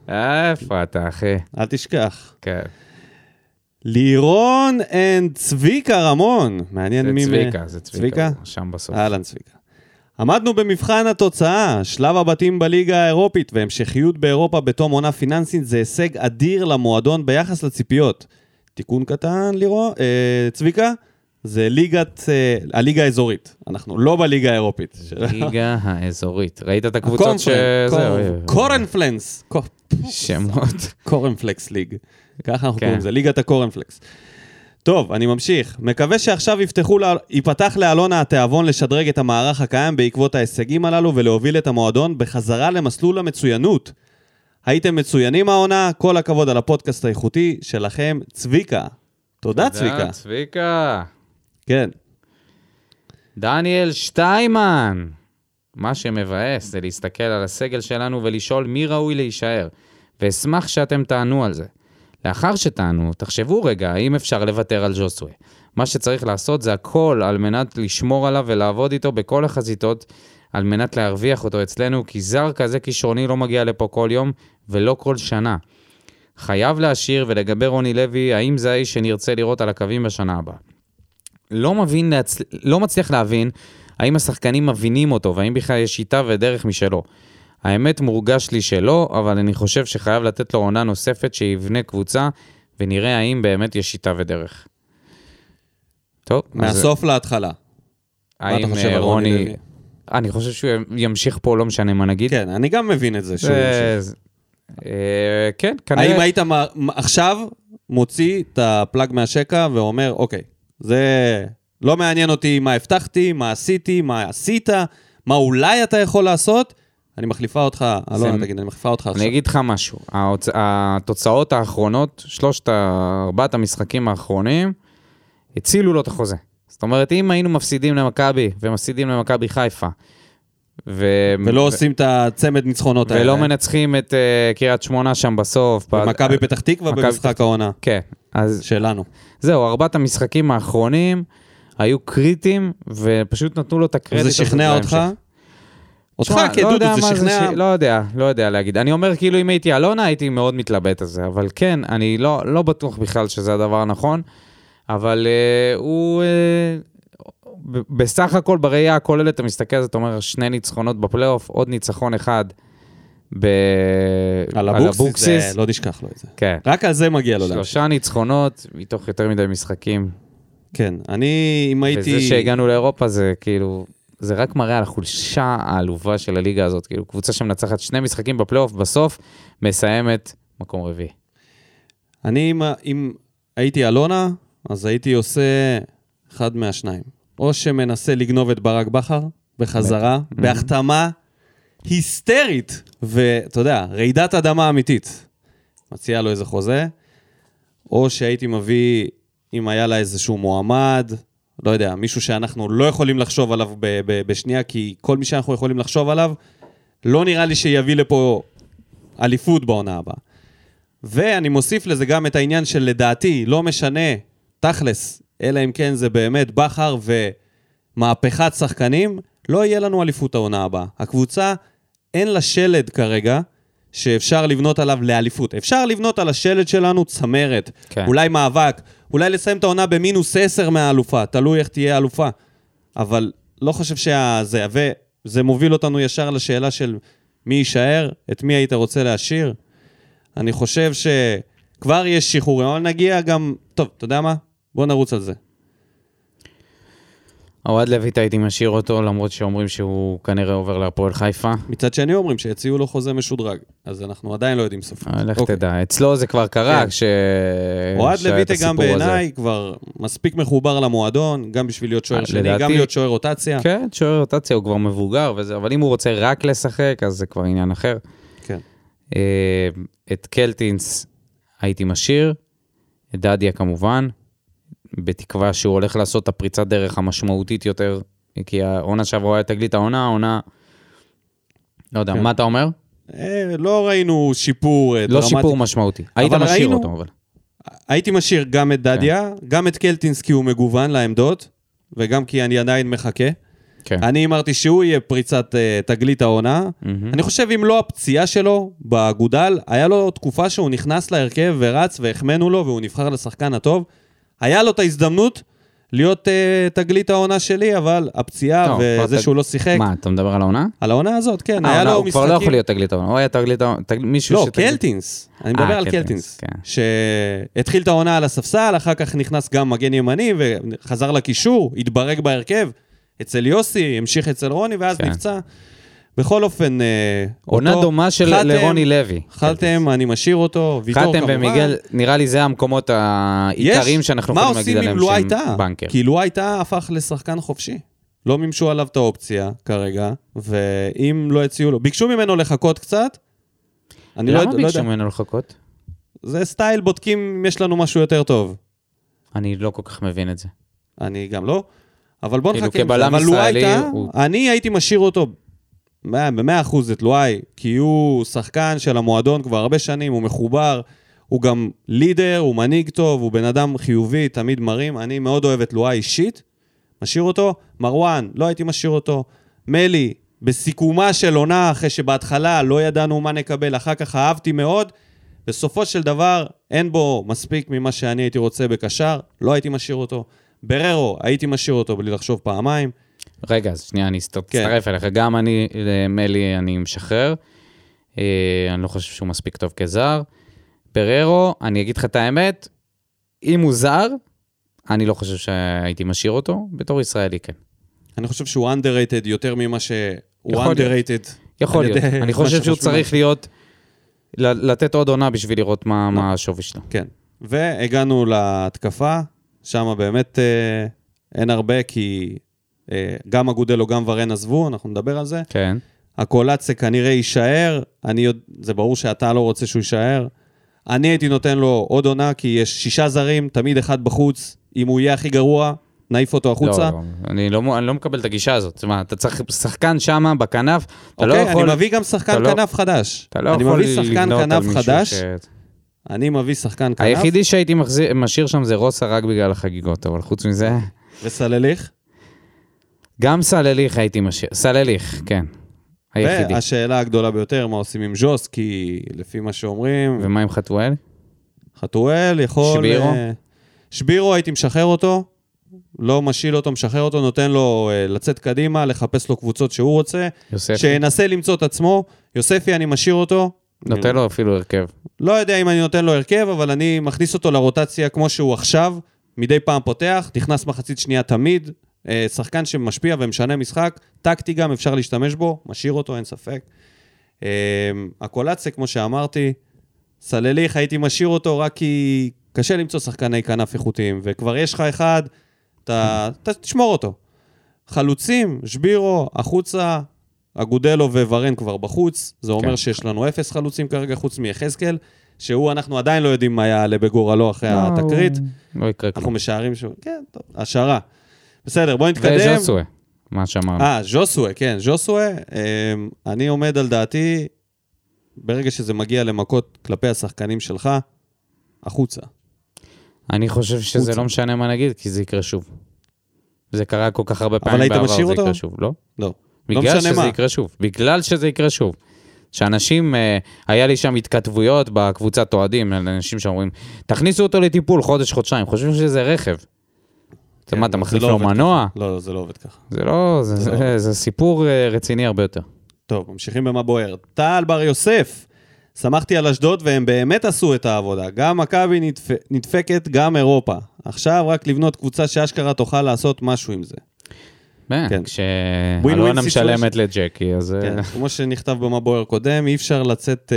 איפה אתה, אחי? אל תשכח. כן. לירון אנד צביקה רמון. מעניין מי... זה צביקה. שם בסוף. אהלן צביקה. עמדנו במבחן התוצאה, שלב הבתים בליגה האירופית והמשכיות באירופה בתום עונה פיננסית זה הישג אדיר למועדון ביחס לציפיות. תיקון קטן, צביקה, זה הליגה האזורית. אנחנו לא בליגה האירופית. ליגה האזורית. ראית את הקבוצות קורנפלקס. שמות. קורנפלקס ליג. ככה אנחנו קוראים, זה ליגת הקורנפלקס. טוב, אני ממשיך. מקווה שעכשיו ייפתח לאלונה התיאבון לשדרג את המערך הקיים בעקבות ההישגים הללו ולהוביל את המועדון בחזרה למסלול המצוינות. הייתם מצוינים העונה, כל הכבוד על הפודקאסט האיכותי שלכם, צביקה. תודה צביקה. תודה צביקה. כן. דניאל שטיימן. מה שמבאס זה להסתכל על הסגל שלנו ולשאול מי ראוי להישאר. ואשמח שאתם תענו על זה. לאחר שתענו, תחשבו רגע, האם אפשר לוותר על ג'וסווה. מה שצריך לעשות זה הכל על מנת לשמור עליו ולעבוד איתו בכל החזיתות, על מנת להרוויח אותו אצלנו, כי זר כזה כישרוני לא מגיע לפה כל יום ולא כל שנה. חייב להשאיר ולגבי רוני לוי, האם זה האיש שנרצה לראות על הקווים בשנה הבאה. לא מצליח להבין האם השחקנים מבינים אותו, והאם בכלל יש שיטה ודרך משלו. האמת מורגש לי שלא, אבל אני חושב שחייב לתת לו עונה נוספת שיבנה קבוצה, ונראה האם באמת יש שיטה ודרך. טוב. מהסוף להתחלה. האם רוני... אני חושב שהוא ימשיך פה, לא משנה מה נגיד. כן, אני גם מבין את זה שהוא ימשיך. כן, כנראה... האם היית עכשיו מוציא את הפלאג מהשקע ואומר, אוקיי, זה לא מעניין אותי מה הבטחתי, מה עשיתי, מה עשית, מה אולי אתה יכול לעשות, אני מחליפה אותך, אלונה, תגיד, אני מחליפה אותך עכשיו. אני אגיד לך משהו, התוצאות האחרונות, 3-4 המשחקים האחרונים, הצילו לו את החוזה. זאת אומרת, אם היינו מפסידים למכבי, ומפסידים למכבי חיפה, ולא עושים את הצמד ניצחונות האלה. ולא מנצחים את קריית שמונה שם בסוף. ומכבי פתח תקווה במשחק העונה. כן. שלנו. זהו, 4 המשחקים האחרונים היו קריטיים, ופשוט נתנו לו את הקרדיט. וזה שכנע אותך? אותך כדודו זה שכנע? לא יודע להגיד. אני אומר כאילו אם הייתי אלונה, הייתי מאוד מתלבט על זה. אבל כן, אני לא בטוח בכלל שזה הדבר הנכון. אבל הוא... בסך הכל בראייה הכוללת, אתה מסתכל, אתה אומר 2 ניצחונות בפלייאוף, עוד ניצחון אחד על אבוקסיס. לא נשכח לו את זה. כן. רק על זה מגיע לו. 3 ניצחונות, מתוך יותר מדי משחקים. כן, אם הייתי... וזה שהגענו לאירופה זה כאילו, זה רק מראה על החולשה העלובה של הליגה הזאת, כאילו קבוצה שמנצחת 2 משחקים בפלייאוף, בסוף מסיימת מקום רביעי. אם הייתי אלונה, אז הייתי עושה אחד מהשניים. או שמנסה לגנוב את ברק בחר בחזרה, בהחתמה היסטרית, ואתה יודע, רעידת אדמה אמיתית. מציע לו איזה חוזה, או שהייתי מביא, אם היה לה איזשהו מועמד, לא יודע, מישהו שאנחנו לא יכולים לחשוב עליו בשנייה, כי כל מי שאנחנו יכולים לחשוב עליו, לא נראה לי שיביא לפה אליפות בעונה הבאה. ואני מוסיף לזה גם את העניין של לדעתי, לא משנה, תכלס, אלא אם כן זה באמת בחר ומהפכת שחקנים, לא יהיה לנו אליפות העונה הבאה. הקבוצה אין לה שלד כרגע שאפשר לבנות עליו לאליפות. אפשר לבנות על השלד שלנו צמרת, כן. אולי מאבק, אולי לסיים את העונה במינוס 10 מהאלופה, תלוי איך תהיה האלופה. אבל לא חושב שזה, וזה מוביל אותנו ישר לשאלה של מי יישאר, את מי היית רוצה להשאיר. אני חושב שכבר יש שחרורים, אבל נגיע גם, טוב, אתה יודע מה? בוא נרוץ על זה. אוהד לויט הייתי משאיר אותו, למרות שאומרים שהוא כנראה עובר להפועל חיפה. מצד שני אומרים שיציעו לו חוזה משודרג, אז אנחנו עדיין לא יודעים סופית. לך תדע, אצלו זה כבר קרה, אוהד לויט גם בעיניי כבר מספיק מחובר למועדון, גם בשביל להיות שוער שני, גם להיות שוער רוטציה. כן, שוער רוטציה הוא כבר מבוגר, אבל אם הוא רוצה רק לשחק, אז זה כבר עניין אחר. כן. את קלטינס הייתי משאיר, את דדיה כמובן, בתקווה שהוא הולך לעשות את הפריצת דרך המשמעותית יותר, כי העונה שעברה היה תגלית העונה, לא יודע, מה אתה אומר? לא ראינו שיפור דרמטי. לא שיפור משמעותי. היית משאיר אותו, אבל. הייתי משאיר גם את דדיה, גם את קלטינס כי הוא מגוון לעמדות, וגם כי אני עדיין מחכה. כן. אני אמרתי שהוא יהיה פריצת תגלית העונה. אני חושב אם לא הפציעה שלו באגודל, היה לו תקופה שהוא נכנס להרכב ורץ והחמנו לו והוא נבחר לשחקן הטוב. היה לו את ההזדמנות להיות תגלית העונה שלי, אבל הפציעה וזה שהוא לא שיחק. מה, אתה מדבר על העונה? על העונה הזאת, כן. היה לו משחקים... הוא כבר לא יכול להיות תגלית העונה, הוא היה תגלית העונה, לא, קלטינס. אני מדבר על קלטינס. שהתחיל את העונה על הספסל, אחר כך נכנס גם מגן ימני, וחזר לקישור, התברג בהרכב, אצל יוסי, המשיך אצל רוני, ואז נפצע. בכל אופן... עונה דומה של לרוני לוי. חתם, אני משאיר אותו, ויתור כמובן. חתם ומיגל, נראה לי זה המקומות העיקריים שאנחנו יכולים להגיד עליהם שהם בנקר. כי לו הייתה הפך לשחקן חופשי. לא מימשו עליו את האופציה כרגע, ואם לא הציעו לו... ביקשו ממנו לחכות קצת. למה ביקשו ממנו לחכות? זה סטייל, בודקים אם יש לנו משהו יותר טוב. אני לא כל כך מבין את זה. אני גם לא. אבל בוא נחכה. כבלם ישראלי... אני הייתי משאיר אותו... ב100% את לואי, כי הוא שחקן של המועדון כבר הרבה שנים, הוא מחובר, הוא גם לידר, הוא מנהיג טוב, הוא בן אדם חיובי, תמיד מרים, אני מאוד אוהב את לואי אישית, משאיר אותו, מרואן, לא הייתי משאיר אותו, מלי, בסיכומה של עונה, אחרי שבהתחלה לא ידענו מה נקבל, אחר כך אהבתי מאוד, בסופו של דבר אין בו מספיק ממה שאני הייתי רוצה בקשר, לא הייתי משאיר אותו, בררו, הייתי משאיר אותו בלי לחשוב פעמיים, רגע, אז שנייה, אני אצטרף אליך. גם אני, מלי, אני משחרר. אני לא חושב שהוא מספיק טוב כזר. בררו, אני אגיד לך את האמת, אם הוא זר, אני לא חושב שהייתי משאיר אותו. בתור ישראלי, כן. אני חושב שהוא underrated יותר ממה שהוא underrated. יכול להיות. אני חושב שהוא צריך להיות, לתת עוד עונה בשביל לראות מה השווי שלו. כן. והגענו להתקפה, שם באמת אין הרבה, כי... גם אגודלו, גם ורן עזבו, אנחנו נדבר על זה. כן. הקולציה כנראה יישאר, זה ברור שאתה לא רוצה שהוא יישאר. אני הייתי נותן לו עוד עונה, כי יש 6 זרים, תמיד אחד בחוץ, אם הוא יהיה הכי גרוע, נעיף אותו החוצה. לא, אני לא מקבל את הגישה הזאת. זאת אומרת, אתה צריך שחקן שם בכנף, אתה לא יכול... אני מביא גם שחקן כנף חדש. אתה לא יכול לבנות על מישהו ש... אני מביא שחקן כנף. היחידי שהייתי משאיר שם זה רוסה רק בגלל החגיגות, אבל חוץ מזה... וסלליך? גם סלליך הייתי משאיר, סלליך, כן, היחידי. והשאלה הגדולה ביותר, מה עושים עם ז'וס, כי לפי מה שאומרים... ומה עם חתואל? חתואל יכול... שבירו? שבירו הייתי משחרר אותו, לא משיל אותו, משחרר אותו, נותן לו לצאת קדימה, לחפש לו קבוצות שהוא רוצה, שינסה למצוא את עצמו, יוספי אני משאיר אותו. נותן לו אפילו הרכב. לא יודע אם אני נותן לו הרכב, אבל אני מכניס אותו לרוטציה כמו שהוא עכשיו, מדי פעם פותח, נכנס מחצית שנייה תמיד, שחקן שמשפיע ומשנה משחק, טקטי גם אפשר להשתמש בו, משאיר אותו, אין ספק. הקולציה, כמו שאמרתי, סלליך, הייתי משאיר אותו רק כי קשה למצוא שחקני כנף איכותיים, וכבר יש לך אחד, אתה תשמור אותו. חלוצים, שבירו, החוצה, אגודלו וורן כבר בחוץ, זה אומר שיש לנו 0 חלוצים כרגע חוץ מיחזקאל, שהוא אנחנו עדיין לא יודעים מה יעלה בגורלו אחרי התקרית. לא יקרה כלום. אנחנו משערים שהוא, כן, טוב, השערה. בסדר, בוא נתקדם. וז'וסווה, מה שאמרנו. ז'וסווה, כן, ז'וסווה. אני עומד על דעתי, ברגע שזה מגיע למכות כלפי השחקנים שלך, החוצה. אני חושב שזה לא משנה מה נגיד, כי זה יקרה שוב. זה קרה כל כך הרבה פעמים בעבר, זה יקרה שוב, לא? לא. בגלל שזה יקרה שוב. בגלל שזה יקרה שוב. שאנשים, היה לי שם התכתבויות בקבוצת אוהדים, אנשים שאומרים, תכניסו אותו לטיפול חודש, חודשיים, חושבים שזה רכב. מה, אתה מחליף לו מנוע? לא, זה לא עובד ככה. זה לא, זה סיפור רציני הרבה יותר. טוב, ממשיכים במה בוער. טל בר יוסף, שמחתי על אשדוד והם באמת עשו את העבודה. גם מכבי נדפקת, גם אירופה. עכשיו רק לבנות קבוצה שאשכרה תוכל לעשות משהו עם זה. כן, כשאלונה משלמת לג'קי, אז... כמו שנכתב במה בוער קודם, אי אפשר לצאת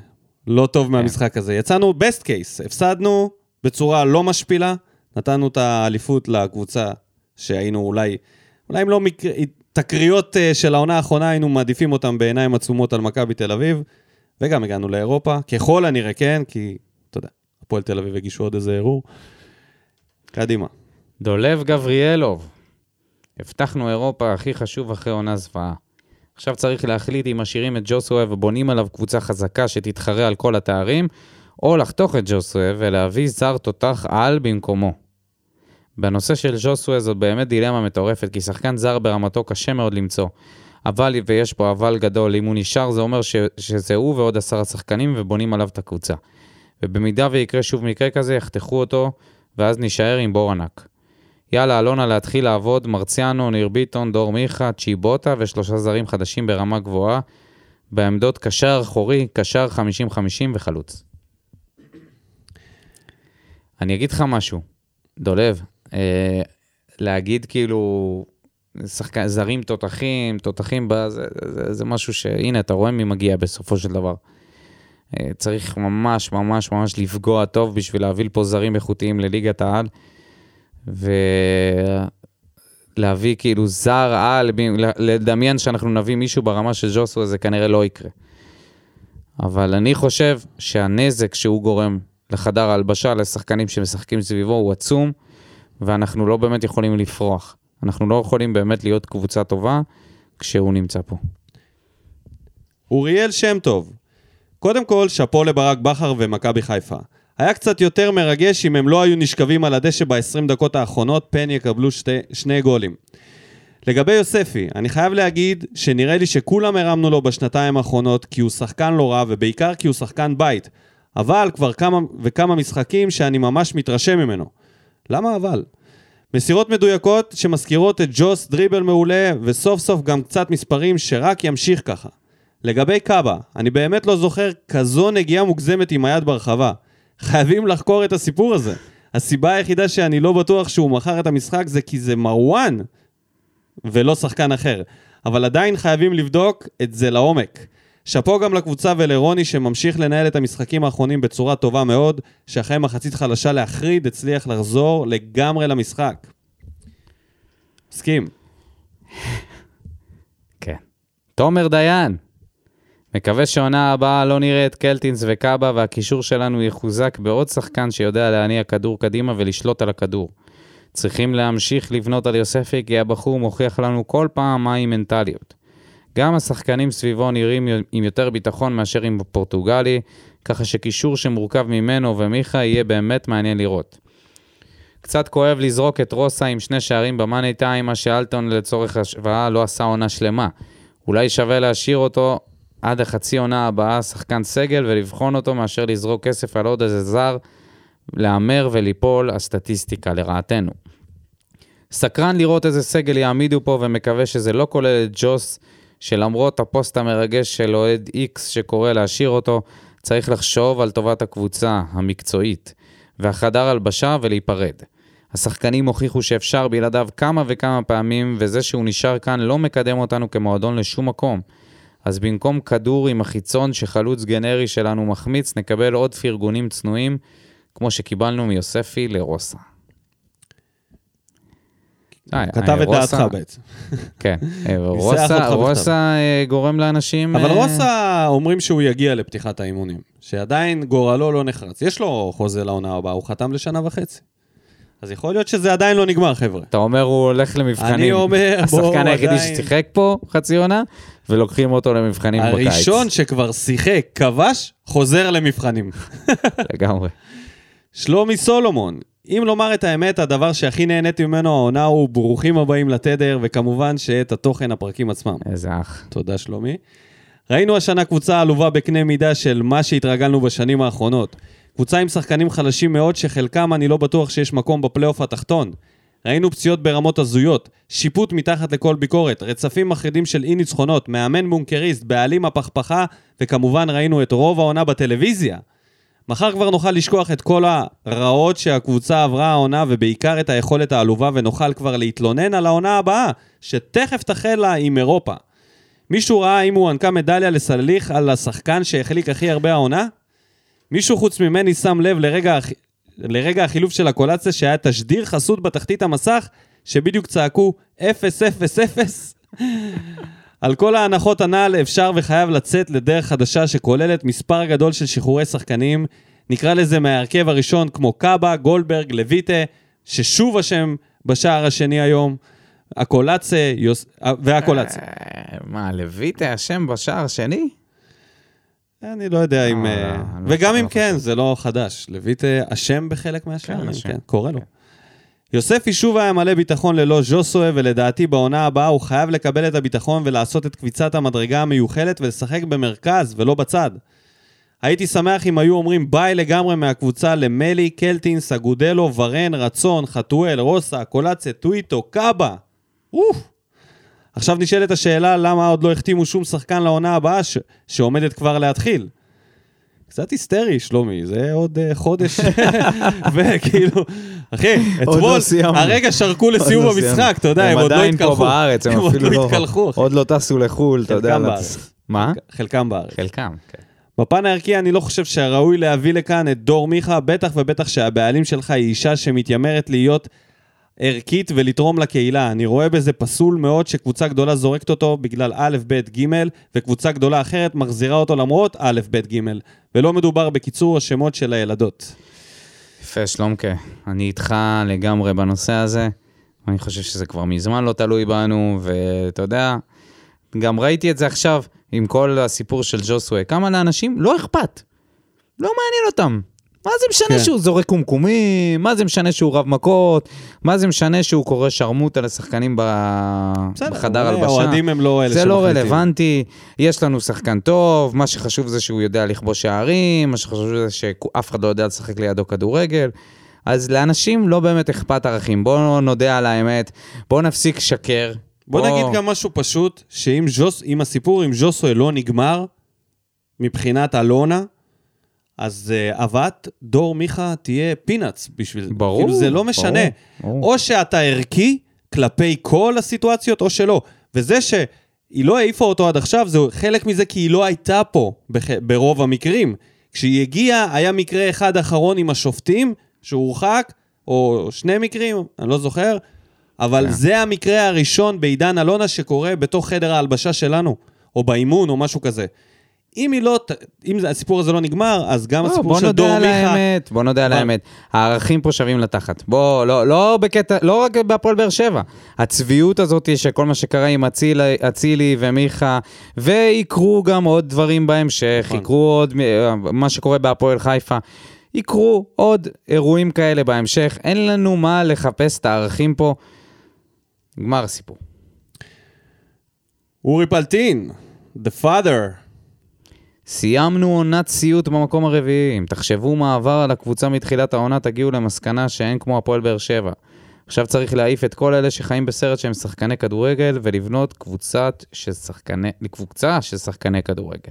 לא טוב מהמשחק הזה. יצאנו best case, הפסדנו בצורה לא משפילה, נתנו את האליפות לקבוצה שהיינו אולי אם לא תקריות של העונה האחרונה, היינו מעדיפים אותם בעיניים עצומות על מכבי תל אביב, וגם הגענו לאירופה, ככל הנראה כן, כי, אתה יודע, הפועל תל אביב הגישו עוד איזה אירור. קדימה. דולב גבריאלוב. הבטחנו אירופה הכי חשוב אחרי עונה זוועה. עכשיו צריך להחליט אם משאירים את ג'וסווה ובונים עליו קבוצה חזקה שתתחרה על כל התארים, או לחתוך את ג'וסווה ולהביא זר תותח על במקומו. בנושא של ז'וסווה זאת באמת דילמה מטורפת, כי שחקן זר ברמתו קשה מאוד למצוא. אבל, ויש פה אבל גדול, אם הוא נשאר זה אומר שזה הוא ועוד 10 שחקנים ובונים עליו את הקבוצה. ובמידה ויקרה שוב מקרה כזה, יחתכו אותו, ואז נשאר עם בור ענק. יאללה, אלונה להתחיל לעבוד, מרציאנו, ניר ביטון, דור מיכה, צ'יבוטה ו3 זרים חדשים ברמה גבוהה, בעמדות קשר אחורי, קשר 50-50 וחלוץ. אני אגיד לך משהו, דולב, להגיד כאילו, זרים תותחים, זה משהו שהנה, אתה רואה מי מגיע בסופו של דבר. צריך ממש ממש ממש לפגוע טוב בשביל להביא פה זרים איכותיים לליגת העל, ולהביא כאילו זר על, לדמיין שאנחנו נביא מישהו ברמה של ז'וסווה, זה כנראה לא יקרה. אבל אני חושב שהנזק שהוא גורם לחדר ההלבשה, לשחקנים שמשחקים סביבו, הוא עצום, ואנחנו לא באמת יכולים לפרוח. אנחנו לא יכולים באמת להיות קבוצה טובה כשהוא נמצא פה. אוריאל שם טוב. קודם כל, שפו לברק בכר ומכבי חיפה. היה קצת יותר מרגש אם הם לא היו נשכבים על הדשא ב-20 דקות האחרונות, פן יקבלו 2 גולים. לגבי יוספי, אני חייב להגיד שנראה לי שכולם הרמנו לו בשנתיים האחרונות, כי הוא שחקן לא רע, ובעיקר כי הוא שחקן בית. אבל כבר כמה משחקים שאני ממש מתרשם ממנו. למה אבל? מסירות מדויקות שמזכירות את ג'וס, דריבל מעולה, וסוף סוף גם קצת מספרים שרק ימשיך ככה. לגבי קאבה, אני באמת לא זוכר כזו נגיעה מוגזמת עם היד ברחבה. חייבים לחקור את הסיפור הזה. הסיבה היחידה שאני לא בטוח שהוא מכר את המשחק זה כי זה מרואן, ולא שחקן אחר. אבל עדיין חייבים לבדוק את זה לעומק. שפו גם לקבוצה ולרוני שממשיך לנהל את המשחקים האחרונים בצורה טובה מאוד, שאחרי מחצית חלשה להחריד, הצליח לחזור לגמרי למשחק. מסכים. כן. תומר דיין. מקווה שעונה הבאה לא נראה את קלטינס וקאבה, והקישור שלנו יחוזק בעוד שחקן שיודע להניע כדור קדימה ולשלוט על הכדור. צריכים להמשיך לבנות על יוספי, כי הבחור מוכיח לנו כל פעם מהי מנטליות. גם השחקנים סביבו נראים עם יותר ביטחון מאשר עם פורטוגלי, ככה שקישור שמורכב ממנו ומיכה יהיה באמת מעניין לראות. קצת כואב לזרוק את רוסה עם 2 שערים במאני טיים, מה שאלטון לצורך השוואה לא עשה עונה שלמה. אולי שווה להשאיר אותו עד החצי עונה הבאה שחקן סגל ולבחון אותו מאשר לזרוק כסף על עוד איזה זר, לאמר וליפול הסטטיסטיקה לרעתנו. סקרן לראות איזה סגל יעמידו פה, ומקווה שזה לא כולל את ג'וס, שלמרות הפוסט המרגש של אוהד איקס שקורא להשאיר אותו, צריך לחשוב על טובת הקבוצה המקצועית, והחדר הלבשה ולהיפרד. השחקנים הוכיחו שאפשר בלעדיו כמה וכמה פעמים, וזה שהוא נשאר כאן לא מקדם אותנו כמועדון לשום מקום. אז במקום כדור עם החיצון שחלוץ גנרי שלנו מחמיץ, נקבל עוד פרגונים צנועים, כמו שקיבלנו מיוספי לרוסה. כתב את דעתך בעצם. כן, רוסה גורם לאנשים... אבל רוסה אומרים שהוא יגיע לפתיחת האימונים, שעדיין גורלו לא נחרץ. יש לו חוזה לעונה הבאה, הוא חתם ל1.5 שנה. אז יכול להיות שזה עדיין לא נגמר, חבר'ה. אתה אומר, הוא הולך למבחנים. אני אומר, השחקן היחידי ששיחק פה חצי עונה, ולוקחים אותו למבחנים בקיץ. הראשון שכבר שיחק, כבש, חוזר למבחנים. לגמרי. שלומי סולומון. אם לומר את האמת, הדבר שהכי נהניתי ממנו העונה הוא ברוכים הבאים לתדר, וכמובן שאת התוכן הפרקים עצמם. איזה אח. תודה שלומי. ראינו השנה קבוצה עלובה בקנה מידה של מה שהתרגלנו בשנים האחרונות. קבוצה עם שחקנים חלשים מאוד שחלקם אני לא בטוח שיש מקום בפלייאוף התחתון. ראינו פציעות ברמות הזויות, שיפוט מתחת לכל ביקורת, רצפים מחרידים של אי ניצחונות, מאמן בונקריסט, בעלים הפכפכה, וכמובן ראינו את רוב העונה בטלוויזיה. מחר כבר נוכל לשכוח את כל הרעות שהקבוצה עברה העונה, ובעיקר את היכולת העלובה, ונוכל כבר להתלונן על העונה הבאה, שתכף תחלה עם אירופה. מישהו ראה אם הוא ענקה מדליה לסליח על השחקן שהחליק הכי הרבה העונה? מישהו חוץ ממני שם לב לרגע החילוף של הקולציה שהיה תשדיר חסות בתחתית המסך, שבדיוק צעקו 0-0-0? על כל ההנחות הנעל אפשר וחייב לצאת לדרך חדשה שכוללת מספר גדול של שחרורי שחקנים, נקרא לזה מהרכב הראשון כמו קאבה, גולדברג, לויטה, ששוב השם בשער השני היום, הקולציה והקולציה. מה, לויטה השם בשער השני? אני לא יודע אם... וגם אם כן, זה לא חדש. לויטה השם בחלק מהשערים, כן, קורא לו. יוספי שוב היה מלא ביטחון ללא ז'וסואה, ולדעתי בעונה הבאה הוא חייב לקבל את הביטחון ולעשות את קביצת המדרגה המיוחלת ולשחק במרכז ולא בצד. הייתי שמח אם היו אומרים ביי לגמרי מהקבוצה למלי, קלטינס, אגודלו, ורן, רצון, חתואל, רוסה, קולציה, טוויטו, קאבה. עכשיו נשאלת השאלה למה עוד לא החתימו שום שחקן לעונה הבאה שעומדת כבר להתחיל. קצת היסטרי, שלומי, זה עוד חודש. וכאילו, אחי, אתמול, הרגע שרקו לסיום המשחק, אתה יודע, הם עוד לא התקלחו. הם עדיין פה בארץ, הם אפילו לא, עוד לא טסו לחול, אתה יודע. חלקם בארץ. מה? חלקם בארץ. חלקם, כן. בפן הערכי אני לא חושב שהראוי להביא לכאן את דור מיכה, בטח ובטח שהבעלים שלך היא אישה שמתיימרת להיות ערכית ולתרום לקהילה. אני רואה בזה פסול מאוד שקבוצה גדולה זורקת אותו בגלל א', ב', ג', וקבוצה גדולה אחרת מחזירה אותו למרות א', ב', ג', ולא מדובר בקיצור השמות של הילדות. יפה, שלומקה. אני איתך לגמרי בנושא הזה. אני חושב שזה כבר מזמן לא תלוי בנו, ואתה יודע, גם ראיתי את זה עכשיו עם כל הסיפור של ז'וסואה. כמה לאנשים לא אכפת. לא מעניין אותם. מה זה משנה שהוא זורק קומקומים? מה זה משנה שהוא רב מכות? מה זה משנה שהוא קורא שרמוט על השחקנים בחדר הלבשה? אוהדים הם לא אלה זה לא רלוונטי. יש לנו שחקן טוב, מה שחשוב זה שהוא יודע לכבוש שערים, מה שחשוב זה שאף אחד לא יודע לשחק לידו כדורגל. אז לאנשים לא באמת אכפת ערכים. בואו נודה על האמת, בואו נפסיק שקר. בואו נגיד גם משהו פשוט, שאם הסיפור עם ז'וסואה לא נגמר, מבחינת אלונה, אז אבט, דור מיכה תהיה פינאץ בשביל זה. ברור. כאילו זה לא משנה. ברור. או שאתה ערכי כלפי כל הסיטואציות, או שלא. וזה שהיא לא העיפה אותו עד עכשיו, זה חלק מזה כי היא לא הייתה פה ברוב המקרים. כשהיא הגיעה, היה מקרה אחד אחרון עם השופטים, שהוא הורחק, או שני מקרים, אני לא זוכר, אבל זה המקרה הראשון בעידן אלונה שקורה בתוך חדר ההלבשה שלנו, או באימון, או משהו כזה. אם הסיפור הזה לא נגמר, אז גם הסיפור של דור מיכה... בוא נודה על האמת. הערכים פה שווים לתחת. בוא, לא רק בהפועל באר שבע. הצביעות הזאת שכל מה שקרה עם אצילי ומיכה, ויקרו גם עוד דברים בהמשך, יקרו עוד מה שקורה בהפועל חיפה, יקרו עוד אירועים כאלה בהמשך. אין לנו מה לחפש את הערכים פה. גמר הסיפור. אורי פלטין, the father. סיימנו עונת סיוט במקום הרביעי. אם תחשבו מה עבר על הקבוצה מתחילת העונה, תגיעו למסקנה שאין כמו הפועל באר שבע. עכשיו צריך להעיף את כל אלה שחיים בסרט שהם שחקני כדורגל, ולבנות קבוצה של שחקני כדורגל.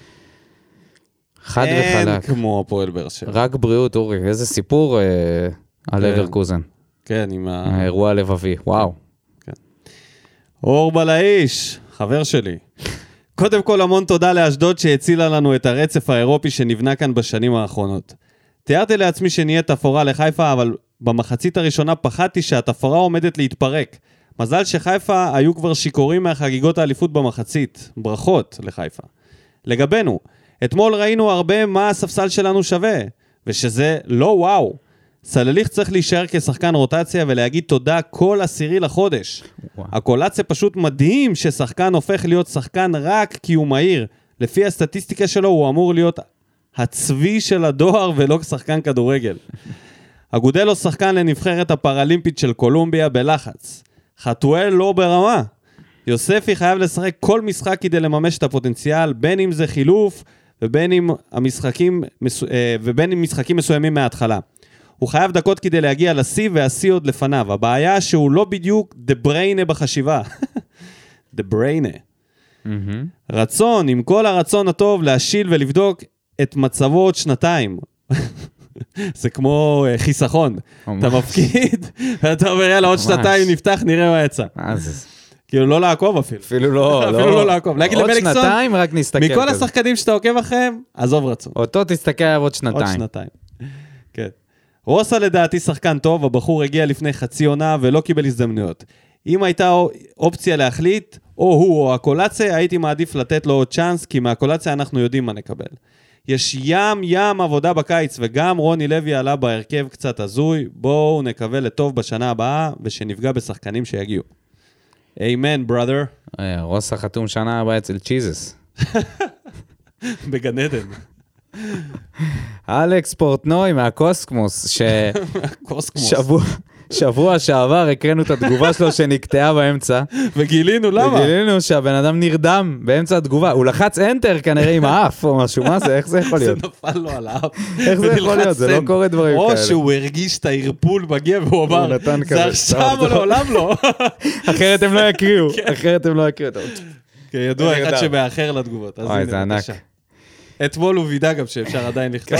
חד וחלק. אין כמו הפועל באר שבע. רק בריאות, אורי. איזה סיפור על אברקוזן. כן, עם האירוע הלבבי. וואו. אור בלאיש, חבר שלי. קודם כל המון תודה לאשדוד שהצילה לנו את הרצף האירופי שנבנה כאן בשנים האחרונות. תיארתי לעצמי שנהיה תפורה לחיפה, אבל במחצית הראשונה פחדתי שהתפורה עומדת להתפרק. מזל שחיפה היו כבר שיקורים מהחגיגות האליפות במחצית. ברכות לחיפה. לגבינו, אתמול ראינו הרבה מה הספסל שלנו שווה, ושזה לא וואו. סלליך צריך להישאר כשחקן רוטציה ולהגיד תודה כל 10 לחודש. הקולציה פשוט מדהים ששחקן הופך להיות שחקן רק כי הוא מהיר. לפי הסטטיסטיקה שלו הוא אמור להיות הצבי של הדואר ולא שחקן כדורגל. אגודלו שחקן לנבחרת הפראלימפית של קולומביה בלחץ. חתואל לא ברמה. יוספי חייב לשחק כל משחק כדי לממש את הפוטנציאל, בין אם זה חילוף ובין אם משחקים מסוימים מההתחלה. הוא חייב דקות כדי להגיע לשיא והשיא עוד לפניו. הבעיה שהוא לא בדיוק דבריינה בחשיבה. דבריינה. רצון, עם כל הרצון הטוב להשיל ולבדוק את מצבו עוד 2. זה כמו חיסכון. אתה מפקיד, ואתה אומר, יאללה, עוד 2 נפתח, נראה מה יצא. כאילו לא לעקוב אפילו. אפילו לא לעקוב. להגיד עוד למליקסון, 2 רק נסתכל. מכל השחקנים שאתה עוקב אחריהם, עזוב רצון. אותו תסתכל עוד 2. עוד 2. כן. רוסה לדעתי שחקן טוב, הבחור הגיע לפני חצי עונה ולא קיבל הזדמנויות. אם הייתה אופציה להחליט, או הוא או הקולציה, הייתי מעדיף לתת לו עוד צ'אנס, כי מהקולציה אנחנו יודעים מה נקבל. יש ים עבודה בקיץ, וגם רוני לוי עלה בהרכב קצת הזוי, בואו נקווה לטוב בשנה הבאה, ושנפגע בשחקנים שיגיעו. אמן, brother. רוסה חתום שנה הבאה אצל צ'יזס. בגן עדן. אלכס פורטנוי מהקוסקמוס, שבוע שעבר הקראנו את התגובה שלו שנקטעה באמצע. וגילינו למה? וגילינו שהבן אדם נרדם באמצע התגובה. הוא לחץ אנטר כנראה עם האף או משהו. מה זה? איך זה יכול להיות? זה נפל לו על האף. איך זה יכול להיות? זה לא קורה דברים כאלה. או שהוא הרגיש את הערפול מגיע והוא אמר, זה עכשיו או לעולם לא. אחרת הם לא יקריאו. אחרת הם לא יקריאו. כידוע אחד שמאחר לתגובות. אוי, זה ענק. אתמול הוא וידא גם שאפשר עדיין לכתוב.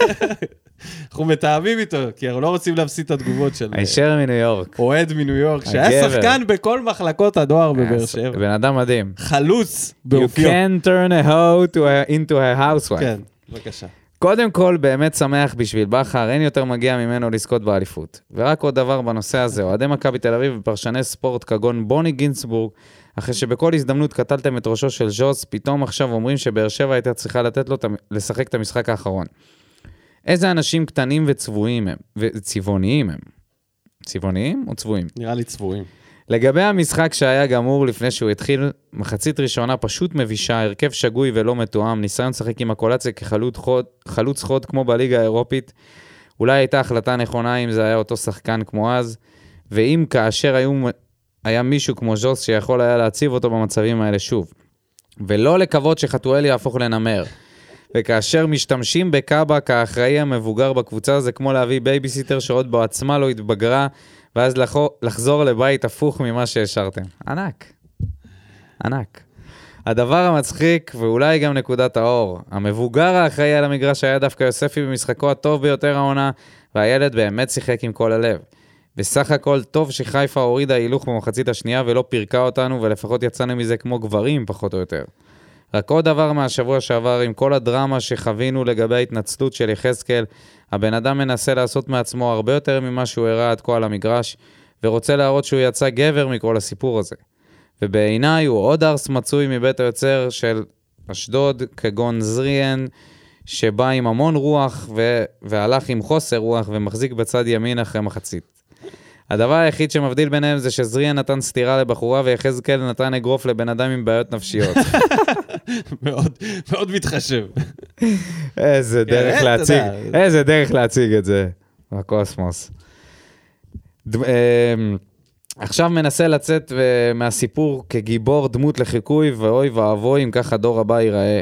אנחנו מתאמים איתו, כי אנחנו לא רוצים להפסיד את התגובות של... הישר מניו יורק. אוהד מניו יורק, שהיה שחקן בכל מחלקות הדואר בבאר שבע. בן אדם מדהים. חלוץ באופיו. You can turn a hoe into a housewife. כן, בבקשה. קודם כל, באמת שמח בשביל בכר, אין יותר מגיע ממנו לזכות באליפות. ורק עוד דבר בנושא הזה, אוהדי מכבי תל אביב ופרשני ספורט כגון בוני גינסבורג, אחרי שבכל הזדמנות קטלתם את ראשו של ז'וס, פתאום עכשיו אומרים שבאר שבע הייתה צריכה לתת לו לשחק את המשחק האחרון. איזה אנשים קטנים וצבועים הם, וצבעוניים הם. צבעוניים או צבועים? נראה לי צבועים. לגבי המשחק שהיה גמור לפני שהוא התחיל, מחצית ראשונה פשוט מבישה, הרכב שגוי ולא מתואם, ניסיון לשחק עם הקולציה כחלוץ חוד כמו בליגה האירופית, אולי הייתה החלטה נכונה אם זה היה אותו שחקן כמו אז, ואם כאשר היה מישהו כמו ז'וס שיכול היה להציב אותו במצבים האלה שוב. ולא לקוות שחתואל יהפוך לנמר. וכאשר משתמשים בקאבה כאחראי המבוגר בקבוצה, זה כמו להביא בייביסיטר שעוד בעצמה לא התבגרה, ואז לחזור לבית הפוך ממה שהשארתם. ענק. ענק. הדבר המצחיק, ואולי גם נקודת האור, המבוגר האחראי על המגרש היה דווקא יוספי במשחקו הטוב ביותר העונה, והילד באמת שיחק עם כל הלב. בסך הכל טוב שחיפה הורידה הילוך במחצית השנייה ולא פירקה אותנו, ולפחות יצאנו מזה כמו גברים פחות או יותר. רק עוד דבר מהשבוע שעבר, עם כל הדרמה שחווינו לגבי ההתנצלות של יחזקאל, הבן אדם מנסה לעשות מעצמו הרבה יותר ממה שהוא הראה עד כה על המגרש, ורוצה להראות שהוא יצא גבר מכל הסיפור הזה. ובעיניי הוא עוד ארס מצוי מבית היוצר של אשדוד, כגון זריאן, שבא עם המון רוח והלך עם חוסר רוח ומחזיק בצד ימין אחרי מחצית. הדבר היחיד שמבדיל ביניהם זה שזריאן נתן סתירה לבחורה ויחזקאל נתן אגרוף לבן אדם עם בעיות נפשיות. מאוד מתחשב. איזה דרך להציג את זה בקוסמוס. עכשיו מנסה לצאת מהסיפור כגיבור דמות לחיקוי, ואוי ואבוי אם ככה דור הבא ייראה.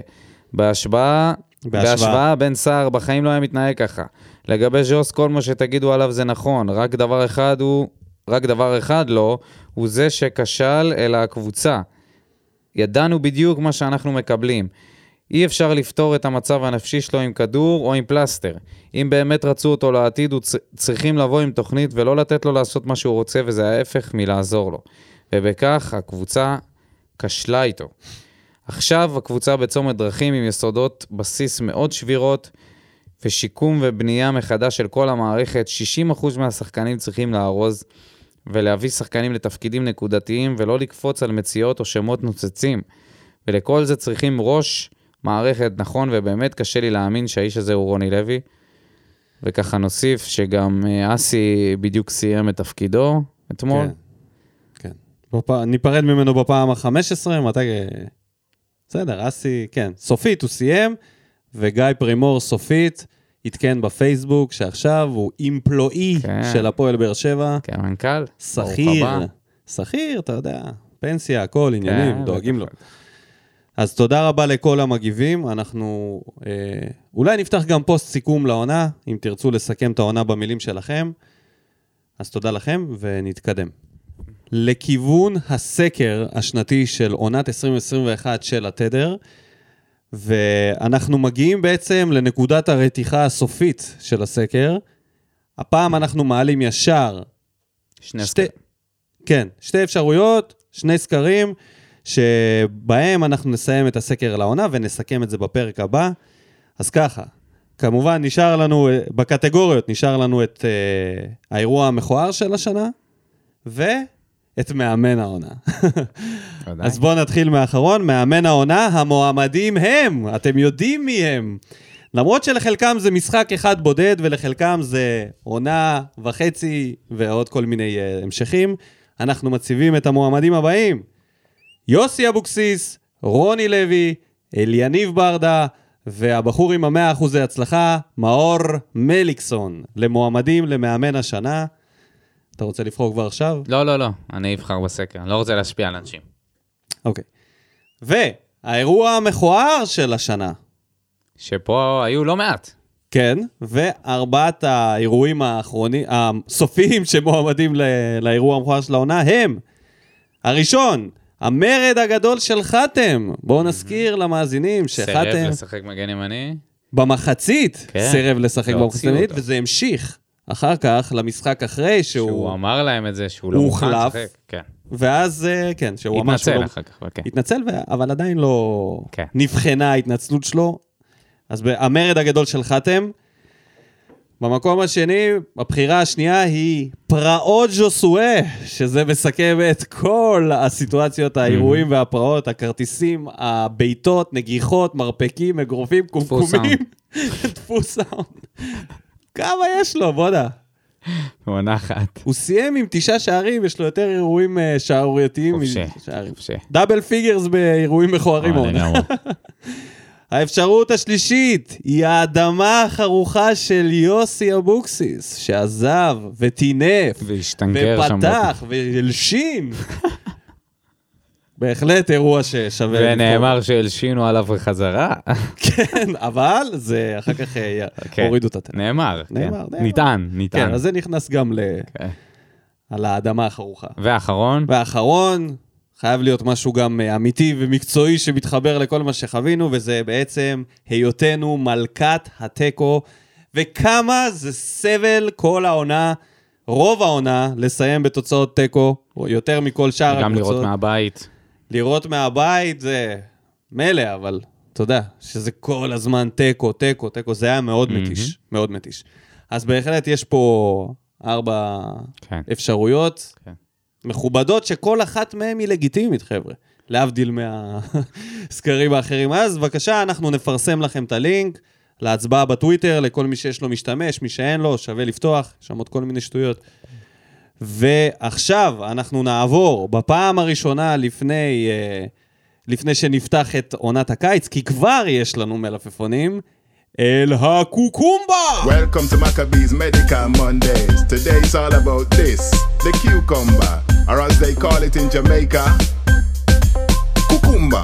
בהשוואה בין סער בחיים לא היה מתנהג ככה. לגבי ז'וס, כל מה שתגידו עליו זה נכון, רק דבר אחד לא, הוא זה שכשל אלא הקבוצה. ידענו בדיוק מה שאנחנו מקבלים. אי אפשר לפתור את המצב הנפשי שלו עם כדור או עם פלסטר. אם באמת רצו אותו לעתיד, צריכים לבוא עם תוכנית ולא לתת לו לעשות מה שהוא רוצה, וזה ההפך מלעזור לו. ובכך הקבוצה כשלה איתו. עכשיו הקבוצה בצומת דרכים עם יסודות בסיס מאוד שבירות, ושיקום ובנייה מחדש של כל המערכת. 60% מהשחקנים צריכים לארוז, ולהביא שחקנים לתפקידים נקודתיים, ולא לקפוץ על מציאות או שמות נוצצים. ולכל זה צריכים ראש מערכת נכון, ובאמת קשה לי להאמין שהאיש הזה הוא רוני לוי. וככה נוסיף שגם אסי בדיוק סיים את תפקידו אתמול. כן, כן. ניפרד ממנו בפעם ה-15, מתי... בסדר, אסי, כן. סופית הוא סיים, וגיא פרימור סופית התקן בפייסבוק, שעכשיו הוא אימפלואי של הפועל באר שבע. כן, מנכ"ל. שכיר, אתה יודע, פנסיה, הכל, עניינים, דואגים לו. אז תודה רבה לכל המגיבים, אנחנו אולי נפתח גם פוסט סיכום לעונה, אם תרצו לסכם את העונה במילים שלכם, אז תודה לכם ונתקדם. לכיוון הסקר השנתי של עונת 2021 של התדר, ואנחנו מגיעים בעצם לנקודת הרתיחה הסופית של הסקר. הפעם אנחנו מעלים ישר שתי אפשרויות, שני סקרים, שבהם אנחנו נסיים את הסקר לעונה ונסכם את זה בפרק הבא. אז ככה, כמובן נשאר לנו, בקטגוריות נשאר לנו את האירוע המכוער של השנה, ואת מאמן העונה. אז בואו נתחיל מאחרון. מאמן העונה, המועמדים הם, אתם יודעים מי הם. למרות שלחלקם זה משחק אחד בודד, ולחלקם זה עונה וחצי ועוד כל מיני המשכים, אנחנו מציבים את המועמדים הבאים. יוסי אבוקסיס, רוני לוי, אליניב ברדה, והבחור עם 100% הצלחה, מאור מליקסון, למועמדים למאמן השנה. אתה רוצה לבחור כבר עכשיו? לא, אני אבחר בסקר, אני לא רוצה להשפיע על אנשים. אוקיי. והאירוע המכוער של השנה. שפה היו לא מעט. כן, וארבעת האירועים הסופיים שמועמדים לאירוע המכוער של העונה הם, הראשון, המרד הגדול של חתם. בואו נזכיר למאזינים שחתם... סירב לשחק מגן ימני. במחצית סירב לשחק במחצית ימנית, וזה המשיך אחר כך למשחק אחרי שהוא אמר להם את זה, שהוא לא מוכן לשחק. כן. ואז, כן, שהוא אמר שהוא התנצל אחר כך, כן. התנצל, אבל עדיין לא נבחנה ההתנצלות שלו. אז המרד הגדול של חתם. במקום השני, הבחירה השנייה היא פרעות ז'וסואה, שזה מסכם את כל הסיטואציות, האירועים והפרעות, הכרטיסים, הביתות, נגיחות, מרפקים, אגרופים, קומקומים. דפוס סאונד. כמה יש לו, בודה? עונה אחת. הוא סיים עם 9 שערים, יש לו יותר אירועים שערורייתיים. חופשי. דאבל פיגרס באירועים מכוערים. האפשרות השלישית היא האדמה החרוכה של יוסי אבוקסיס, שעזב וטינף ופתח והלשין. בהחלט אירוע ששווה... ונאמר שהלשינו עליו בחזרה. כן, אבל זה אחר כך הורידו את הטלפון. נאמר, ניתן. כן, אז זה נכנס גם על האדמה החרוכה. ואחרון? חייב להיות משהו גם אמיתי ומקצועי שמתחבר לכל מה שחווינו, וזה בעצם היותנו מלכת הטקו, וכמה זה סבל כל העונה, רוב העונה, לסיים בתוצאות טקו, או יותר מכל שאר הקבוצות. גם לראות מהבית. לראות מהבית זה מלא, אבל אתה יודע, שזה כל הזמן טקו, זה היה מאוד מתיש, מאוד מתיש. אז בהחלט יש פה 4 אפשרויות. כן. מכובדות שכל אחת מהן היא לגיטימית, חבר'ה. להבדיל מהסקרים האחרים. אז בבקשה, אנחנו נפרסם לכם את הלינק להצבעה בטוויטר, לכל מי שיש לו משתמש, מי שאין לו, שווה לפתוח, שם עוד כל מיני שטויות. ועכשיו אנחנו נעבור בפעם הראשונה לפני שנפתח את עונת הקיץ, כי כבר יש לנו מלפפונים, אל הקוקומבה! Welcome to Maccabees Medical Mondays. Today it's all about this, the cucumber, or as they call it in Jamaica, cucumba.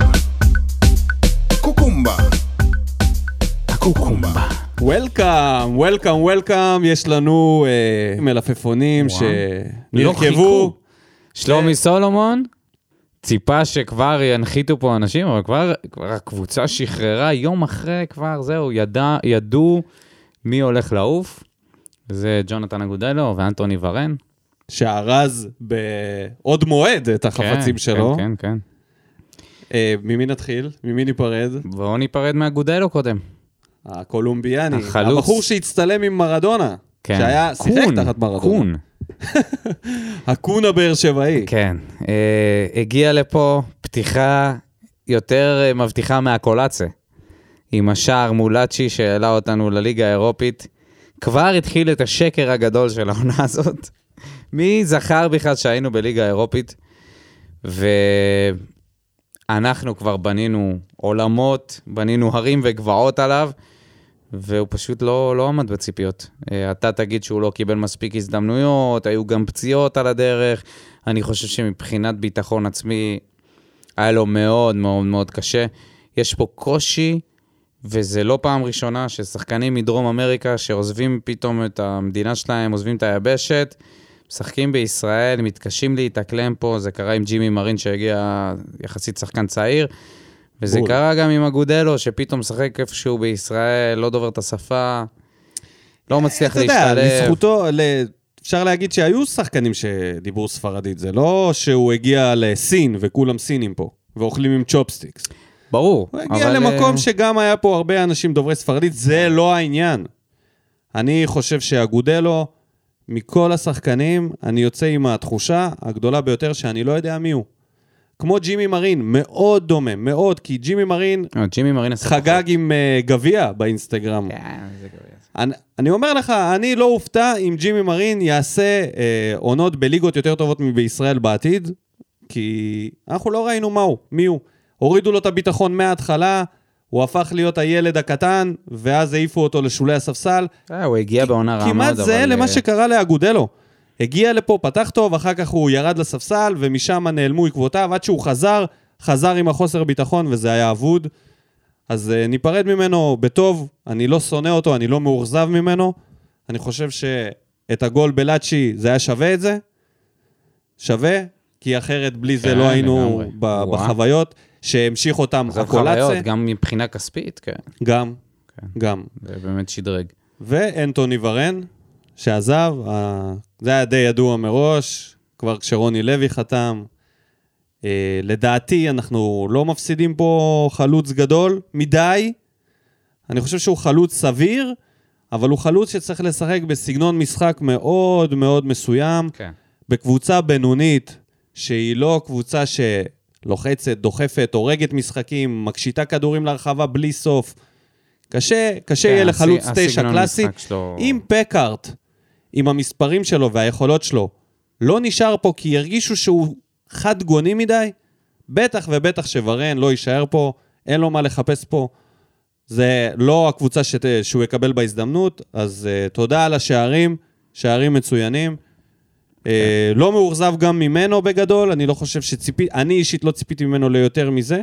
Cucumba. Welcome. יש לנו מלפפונים שנרכבו. שלומי סולומון ציפה שכבר ינחיתו פה אנשים, אבל כבר הקבוצה שחררה יום אחרי, כבר זהו, ידעו מי הולך לעוף. זה ג'ונתן אגודלו ואנטוני ורן. שהרז בעוד מועד את החפצים שלו. כן. ממי נתחיל? ממי ניפרד? בואו ניפרד מאגודלו קודם. הקולומביאני. הבחור שהצטלם עם מרדונה. כן. שהיה שיחק תחת מרדונה. קון. הקון הבאר שבעי. כן. הגיע לפה פתיחה יותר מבטיחה מהקולציה. עם השער מולאצ'י שהעלה אותנו לליגה האירופית. כבר התחיל את השקר הגדול של העונה הזאת. מי זכר בכלל שהיינו בליגה האירופית? ואנחנו כבר בנינו עולמות, בנינו הרים וגבעות עליו, והוא פשוט לא עמד בציפיות. אתה תגיד שהוא לא קיבל מספיק הזדמנויות, היו גם פציעות על הדרך. אני חושב שמבחינת ביטחון עצמי היה לו מאוד מאוד מאוד קשה. יש פה קושי, וזה לא פעם ראשונה ששחקנים מדרום אמריקה שעוזבים פתאום את המדינה שלהם, עוזבים את היבשת, משחקים בישראל, מתקשים להתאקלם פה. זה קרה עם ג'ימי מרין שהגיע יחסית שחקן צעיר, וזה קרה גם עם אגודלו, שפתאום משחק איפשהו בישראל, לא דובר את השפה, לא מצליח להשתלב. אתה יודע, לזכותו, אפשר להגיד שהיו שחקנים שדיברו ספרדית, זה לא שהוא הגיע לסין וכולם סינים פה, ואוכלים עם צ'ופסטיקס. ברור. הוא הגיע למקום שגם היה פה הרבה אנשים דוברי ספרדית, זה לא העניין. אני חושב שאגודלו, מכל השחקנים, אני יוצא עם התחושה הגדולה ביותר שאני לא יודע מי הוא. כמו ג'ימי מרין, מאוד דומה, מאוד, כי ג'ימי מרין חגג עם גביע באינסטגרם. אני אומר לך, אני לא אופתע אם ג'ימי מרין יעשה עונות בליגות יותר טובות מבישראל בעתיד, כי אנחנו לא ראינו מי הוא. הורידו לו את הביטחון מההתחלה, הוא הפך להיות הילד הקטן, ואז העיפו אותו לשולי הספסל. הוא הגיע בעונה רעה מאוד. כמעט זה למה שקרה לאגודלו. הגיע לפה, פתח טוב, אחר כך הוא ירד לספסל, ומשם נעלמו עקבותיו, עד שהוא חזר עם החוסר ביטחון, וזה היה אבוד. אז ניפרד ממנו בטוב, אני לא שונא אותו, אני לא מאורזב ממנו, אני חושב שאת הגול בלאצ'י זה היה שווה את זה, שווה, כי אחרת בלי זה לא היינו בחוויות, שהמשיך אותם הקולציה. גם מבחינה כספית, כן. גם. זה באמת שדרג. ואנטוני ורן, שעזב, זה היה די ידוע מראש, כבר כשרוני לוי חתם. לדעתי אנחנו לא מפסידים פה חלוץ גדול מדי, אני חושב שהוא חלוץ סביר, אבל הוא חלוץ שצריך לשחק בסגנון משחק מאוד מאוד מסוים, בקבוצה בינונית, שהיא לא קבוצה שלוחצת, דוחפת, הורגת משחקים, מקשיטה כדורים להרחבה בלי סוף. קשה יהיה לחלוץ 9 קלאסי. אם פקארט, עם המספרים שלו והיכולות שלו, לא נשאר פה כי ירגישו שהוא חד גוני מדי, בטח ובטח שוורן לא יישאר פה, אין לו מה לחפש פה. זה לא הקבוצה שהוא יקבל בהזדמנות, אז תודה על השערים, שערים מצוינים. לא מאורזב גם ממנו בגדול, אני לא חושב אני אישית לא ציפיתי ממנו ליותר מזה.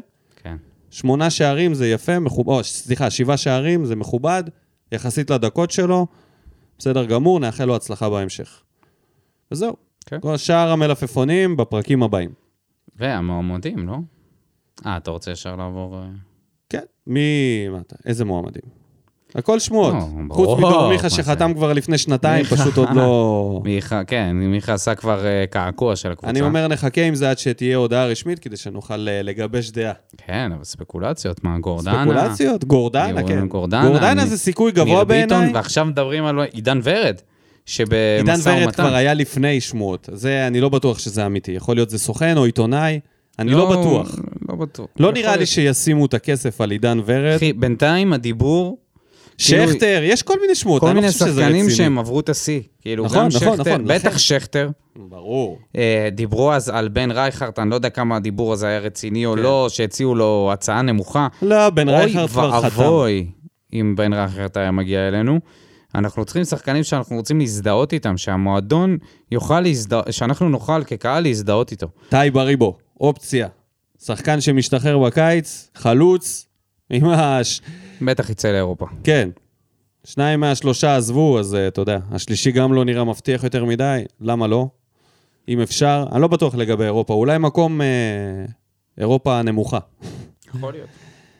8 שערים זה יפה, 7 שערים זה מכובד, יחסית לדקות שלו, בסדר גמור, נאחל לו הצלחה בהמשך. וזהו, כל שאר המלפפונים בפרקים הבאים. והמועמדים, לא? אתה רוצה ישר לעבור... כן, איזה מועמדים? הכל שמועות. חוץ מדור מיכה שחתם כבר לפני שנתיים, פשוט עוד לא... מיכה עשה כבר קעקוע של הקבוצה. אני אומר נחכה עם זה עד שתהיה הודעה רשמית, כדי שנוכל לגבש דעה. כן, אבל ספקולציות, מה, גורדנה? ספקולציות, גורדנה, כן. גורדנה זה סיכוי גבוה בעיניי. ועכשיו מדברים על עידן ורד, עידן ורד כבר היה לפני שמועות. זה, אני לא בטוח שזה אמיתי. יכול להיות זה סוכן או עיתונאי. אני לא בטוח. לא נראה לי שישימו את הכסף על עידן ורד. אחי, בינתיים הדיבור... שכתר, יש כל מיני שמות, כל מיני שחקנים שהם עברו את השיא. נכון. בטח שכתר. ברור. דיברו אז על בן רייכרט, אני לא יודע כמה הדיבור הזה היה רציני או לא, שהציעו לו הצעה נמוכה. לא, בן רייכרט כבר חתם. אוי, אם בן רייכרט היה מגיע אלינו. אנחנו צריכים שחקנים שאנחנו רוצים להזדהות איתם, שהמועדון יוכל שאנחנו נוכל כקהל להזדהות איתו. טי בריבו, אופציה. שחקן שמשתחרר בקיץ, חלוץ, ממש... בטח יצא לאירופה. כן. 2 מה-3 עזבו, אז אתה יודע, השלישי גם לא נראה מבטיח יותר מדי, למה לא? אם אפשר, אני לא בטוח לגבי אירופה, אולי מקום אירופה נמוכה. יכול להיות.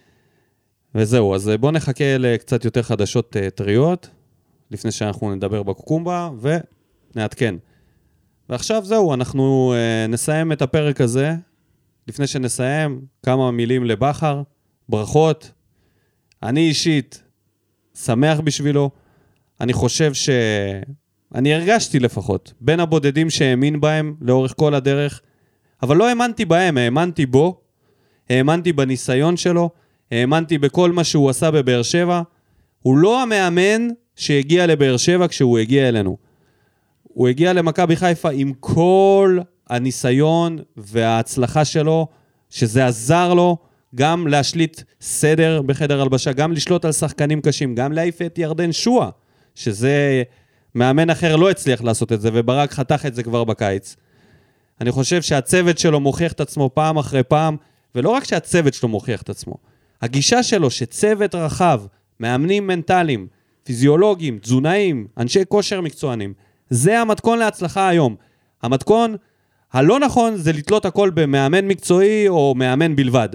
וזהו, אז בואו נחכה לקצת יותר חדשות טריות, לפני שאנחנו נדבר בקוקומבה, ונעדכן. ועכשיו זהו, אנחנו נסיים את הפרק הזה, לפני שנסיים, כמה מילים לבחר, ברכות, אני אישית שמח בשבילו, אני חושב אני הרגשתי לפחות, בין הבודדים שהאמין בהם לאורך כל הדרך, אבל לא האמנתי בהם, האמנתי בו, האמנתי בניסיון שלו, האמנתי בכל מה שהוא עשה בבאר שבע, הוא לא המאמן שהגיע לבאר שבע כשהוא הגיע אלינו, הוא הגיע למכבי חיפה עם כל הניסיון וההצלחה שלו, שזה עזר לו, גם להשליט סדר בחדר הלבשה, גם לשלוט על שחקנים קשים, גם להעיף את ירדן שואה, שזה מאמן אחר לא הצליח לעשות את זה, וברק חתך את זה כבר בקיץ. אני חושב שהצוות שלו מוכיח את עצמו פעם אחרי פעם, ולא רק שהצוות שלו מוכיח את עצמו, הגישה שלו שצוות רחב, מאמנים מנטליים, פיזיולוגים, תזונאים, אנשי כושר מקצוענים, זה המתכון להצלחה היום. המתכון הלא נכון זה לתלות הכל במאמן מקצועי או מאמן בלבד.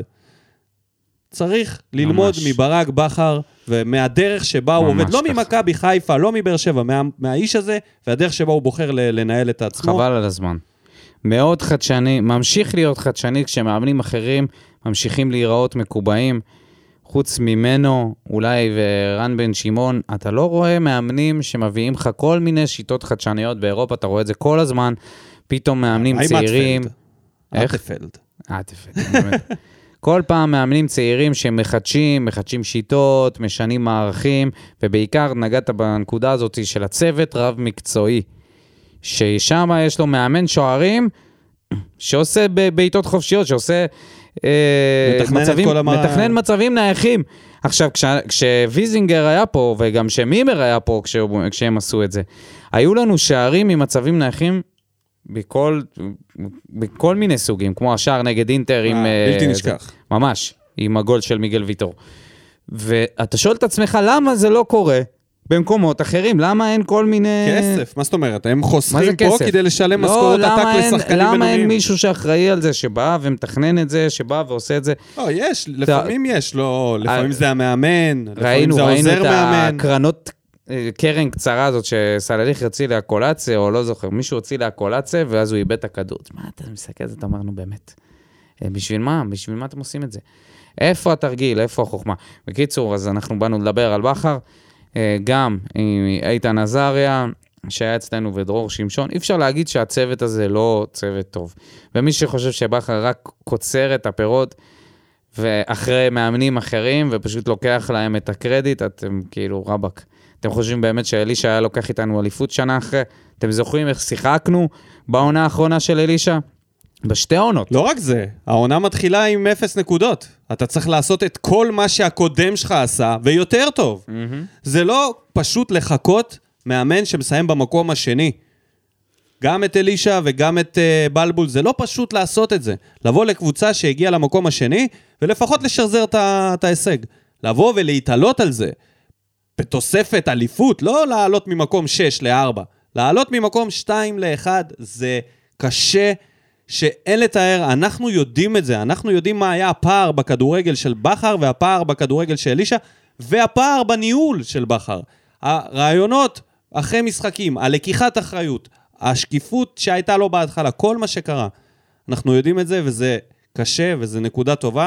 צריך ללמוד מברק בכר ומהדרך שבה הוא עובד, לא ממכבי חיפה, לא מבאר שבע, מהאיש הזה, והדרך שבה הוא בוחר לנהל את עצמו. חבל על הזמן. מאוד חדשני, ממשיך להיות חדשני כשמאמנים אחרים ממשיכים להיראות מקובעים, חוץ ממנו, אולי ורן בן שמעון, אתה לא רואה מאמנים שמביאים לך כל מיני שיטות חדשניות באירופה, אתה רואה את זה כל הזמן, פתאום מאמנים צעירים. אטפלד. באמת. כל פעם מאמנים צעירים שמחדשים שיטות, משנים מערכים, ובעיקר נגעת בנקודה הזאת של הצוות רב מקצועי, ששם יש לו מאמן שוערים, שעושה בעיתות חופשיות, שעושה מתכנן מצבים נייחים. עכשיו, כשוויזינגר היה פה, וגם שמימר היה פה כשהם עשו את זה, היו לנו שערים ממצבים נייחים בכל מיני סוגים, כמו השער נגד אינטר עם... בלתי נשכח. ממש, עם הגול של מיגל ויטור. ואתה שואל את עצמך, למה זה לא קורה במקומות אחרים? למה אין כל מיני... כסף, מה זאת אומרת? הם חוסכים פה כדי לשלם משכורות עתק לשחקנים בינוניים. למה אין מישהו שאחראי על זה, שבא ומתכנן את זה, שבא ועושה את זה? לא, יש, לפעמים יש, לא, לפעמים זה המאמן, לפעמים זה העוזר מאמן. ראינו את הקרנות קרן קצרה הזאת שסלליך יוציא להקולציה, או לא זוכר, מישהו הוציא להקולציה, ואז הוא איבד את הכדור. מה אתה מסתכל על זה? אמרנו באמת. בשביל מה? בשביל מה אתם עושים את זה? איפה התרגיל? איפה החוכמה? בקיצור, אז אנחנו באנו לדבר על בכר, גם איתן עזריה, שהיה אצלנו ודרור שמשון. אי אפשר להגיד שהצוות הזה לא צוות טוב. ומי שחושב שבכר רק קוצר את הפירות, ואחרי מאמנים אחרים, ופשוט לוקח להם את הקרדיט, אתם כאילו רבק. אתם חושבים באמת שאלישה היה לוקח איתנו אליפות שנה אחרי? אתם זוכרים איך שיחקנו בעונה האחרונה של אלישה? בשתי העונות. לא רק זה, העונה מתחילה עם 0 נקודות. אתה צריך לעשות את כל מה שהקודם שלך עשה, ויותר טוב. זה לא פשוט לחכות מאמן שמסיים במקום השני. גם את אלישה וגם את בלבול, זה לא פשוט לעשות את זה. לבוא לקבוצה שהגיעה למקום השני, ולפחות לשרזר את ההישג. לבוא ולהתעלות על זה. בתוספת אליפות, לא לעלות ממקום 6 ל-4. לעלות ממקום 2 ל-1, זה קשה שאין לתאר, אנחנו יודעים את זה, אנחנו יודעים מה היה הפער בכדורגל של בכר, והפער בכדורגל של אלישה, והפער בניהול של בכר. הרעיונות אחרי משחקים, הלקיחת אחריות, השקיפות שהייתה לו בהתחלה, כל מה שקרה. אנחנו יודעים את זה, וזה קשה, וזה נקודה טובה,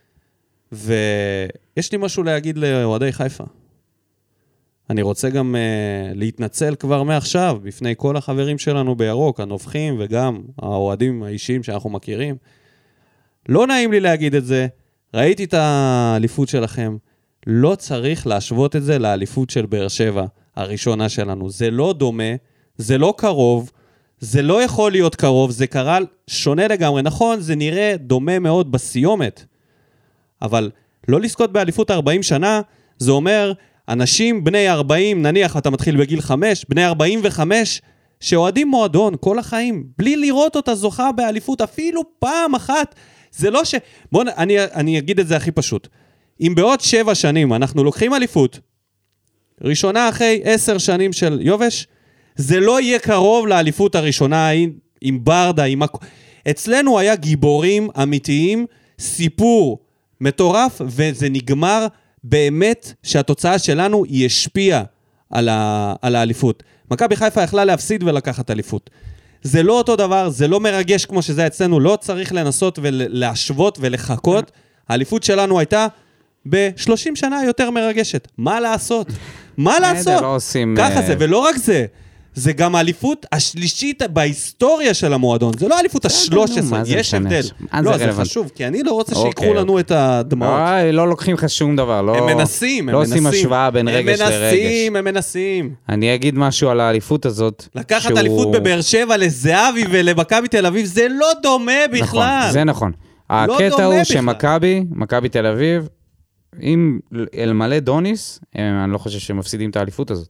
ויש לי משהו להגיד לאוהדי חיפה. אני רוצה גם להתנצל כבר מעכשיו, בפני כל החברים שלנו בירוק, הנובחים וגם האוהדים האישיים שאנחנו מכירים. לא נעים לי להגיד את זה, ראיתי את האליפות שלכם, לא צריך להשוות את זה לאליפות של באר שבע, הראשונה שלנו. זה לא דומה, זה לא קרוב, זה לא יכול להיות קרוב, זה קרה שונה לגמרי. נכון, זה נראה דומה מאוד בסיומת, אבל לא לזכות באליפות 40 שנה, זה אומר... אנשים בני 40, נניח אתה מתחיל בגיל 5, בני 45, שאוהדים מועדון כל החיים, בלי לראות אותה זוכה באליפות, אפילו פעם אחת, זה לא ש... בואו, אני אגיד את זה הכי פשוט. אם בעוד 7 שנים אנחנו לוקחים אליפות, ראשונה אחרי 10 שנים של יובש, זה לא יהיה קרוב לאליפות הראשונה עם ברדה, אצלנו היה גיבורים אמיתיים, סיפור מטורף, וזה נגמר באמת שהתוצאה שלנו היא השפיעה על האליפות. מכבי חיפה יכלה להפסיד ולקחת אליפות. זה לא אותו דבר, זה לא מרגש כמו שזה אצלנו, לא צריך לנסות ולהשוות ולחכות. האליפות שלנו הייתה ב-30 שנה יותר מרגשת. מה לעשות? מה לעשות? ככה זה, ולא רק זה. זה גם האליפות השלישית בהיסטוריה של המועדון. זה לא האליפות ה-13, יש הבדל. לא, זה חשוב, כי אני לא רוצה שיקחו לנו את הדמעות. לא לוקחים לך שום דבר. הם מנסים, לא עושים השוואה בין רגש לרגש. הם מנסים. אני אגיד משהו על האליפות הזאת. לקחת אליפות בבאר שבע לזהבי ולמכבי תל אביב, זה לא דומה בכלל. זה נכון. הקטע הוא שמכבי תל אביב, אם אלמלא דוניס, אני לא חושב שהם מפסידים את האליפות הזאת.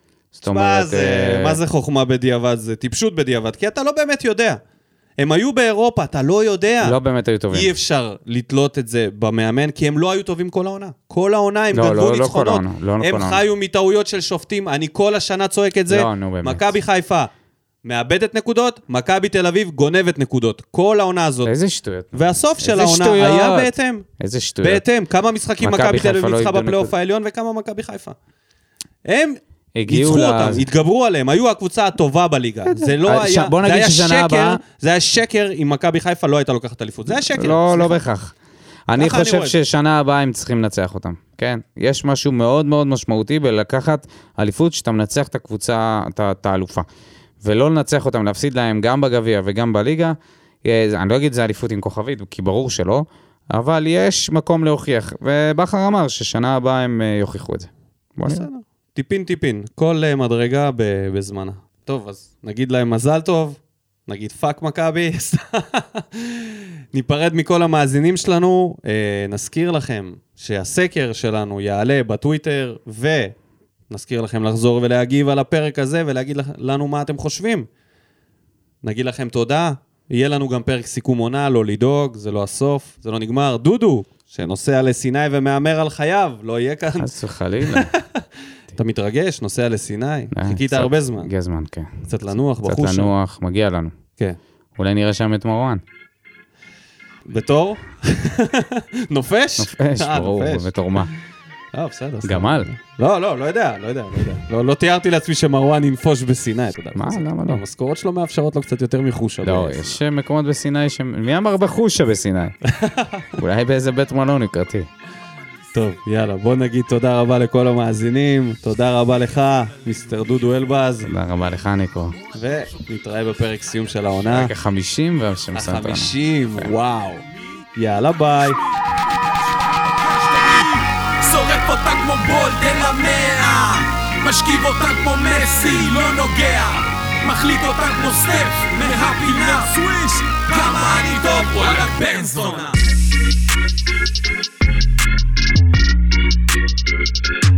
מה זה חוכמה בדיעבד? זה טיפשות בדיעבד, כי אתה לא באמת יודע. הם היו באירופה, אתה לא יודע. לא באמת היו טובים. אי אפשר לתלות את זה במאמן, כי הם לא היו טובים כל העונה. כל העונה הם גדלו ניצחונות. הם חיו מטעויות של שופטים, אני כל השנה צועק את זה. מכבי חיפה מאבדת נקודות, מכבי תל אביב גונבת נקודות. כל העונה הזאת. איזה שטויות. והסוף של העונה היה בהתאם. איזה שטויות. בהתאם, כמה משחקים מכבי תל אביב ניצחה בפלייאוף העליון וכמה מכבי חיפה. הם ניצחו אותם, התגברו עליהם, היו הקבוצה הטובה בליגה. זה לא היה, זה היה שקר אם מכבי חיפה לא הייתה לוקחת אליפות. זה היה שקר. לא בכך. אני חושב ששנה הבאה הם צריכים לנצח אותם. כן? יש משהו מאוד מאוד משמעותי בלקחת אליפות שאתה מנצח את הקבוצה, את האלופה. ולא לנצח אותם, להפסיד להם גם בגביע וגם בליגה. אני לא אגיד זה אליפות עם כוכבית, כי ברור שלא, אבל יש מקום להוכיח. ובכר אמר ששנה הבאה הם יוכיחו את זה. בסדר. טיפין, כל מדרגה בזמנה. טוב, אז נגיד להם מזל טוב, נגיד פאק מכבי, ניפרד מכל המאזינים שלנו, נזכיר לכם שהסקר שלנו יעלה בטוויטר, ונזכיר לכם לחזור ולהגיב על הפרק הזה, ולהגיד לנו מה אתם חושבים. נגיד לכם תודה, יהיה לנו גם פרק סיכום עונה, לא לדאוג, זה לא הסוף, זה לא נגמר. דודו, שנוסע לסיני ומאמר על חייו, לא יהיה כאן. חס וחלילה. אתה מתרגש, נוסע לסיני, חיכית הרבה זמן. הגיע זמן, כן. קצת לנוח בחושה. קצת לנוח, מגיע לנו. כן. אולי נראה שם את מרואן. בתור? נופש? נופש, ברור, בתור מה? בסדר. גמל. לא יודע. לא תיארתי לעצמי שמרואן ינפוש בסיני, אתה יודע. מה? למה לא? המשכורות שלו מאפשרות לו קצת יותר מחושה. לא, יש מקומות בסיני מי אמר בחושה בסיני? אולי באיזה בית מלון יקרתי. טוב, יאללה, בוא נגיד תודה רבה לכל המאזינים, תודה רבה לך, מיסטר דודו אלבז. תודה רבה לך, ניקו. ונתראה בפרק סיום של העונה. רק 50 והשמסת לנו. 50, וואו. יאללה, ביי. שורף אותה כמו בולדן למאה, משכיב אותה כמו מסי, לא נוגע, מחליט אותה כמו סטף, מהפינה סוויש, כמה אני טוב, וואלה בן זונה.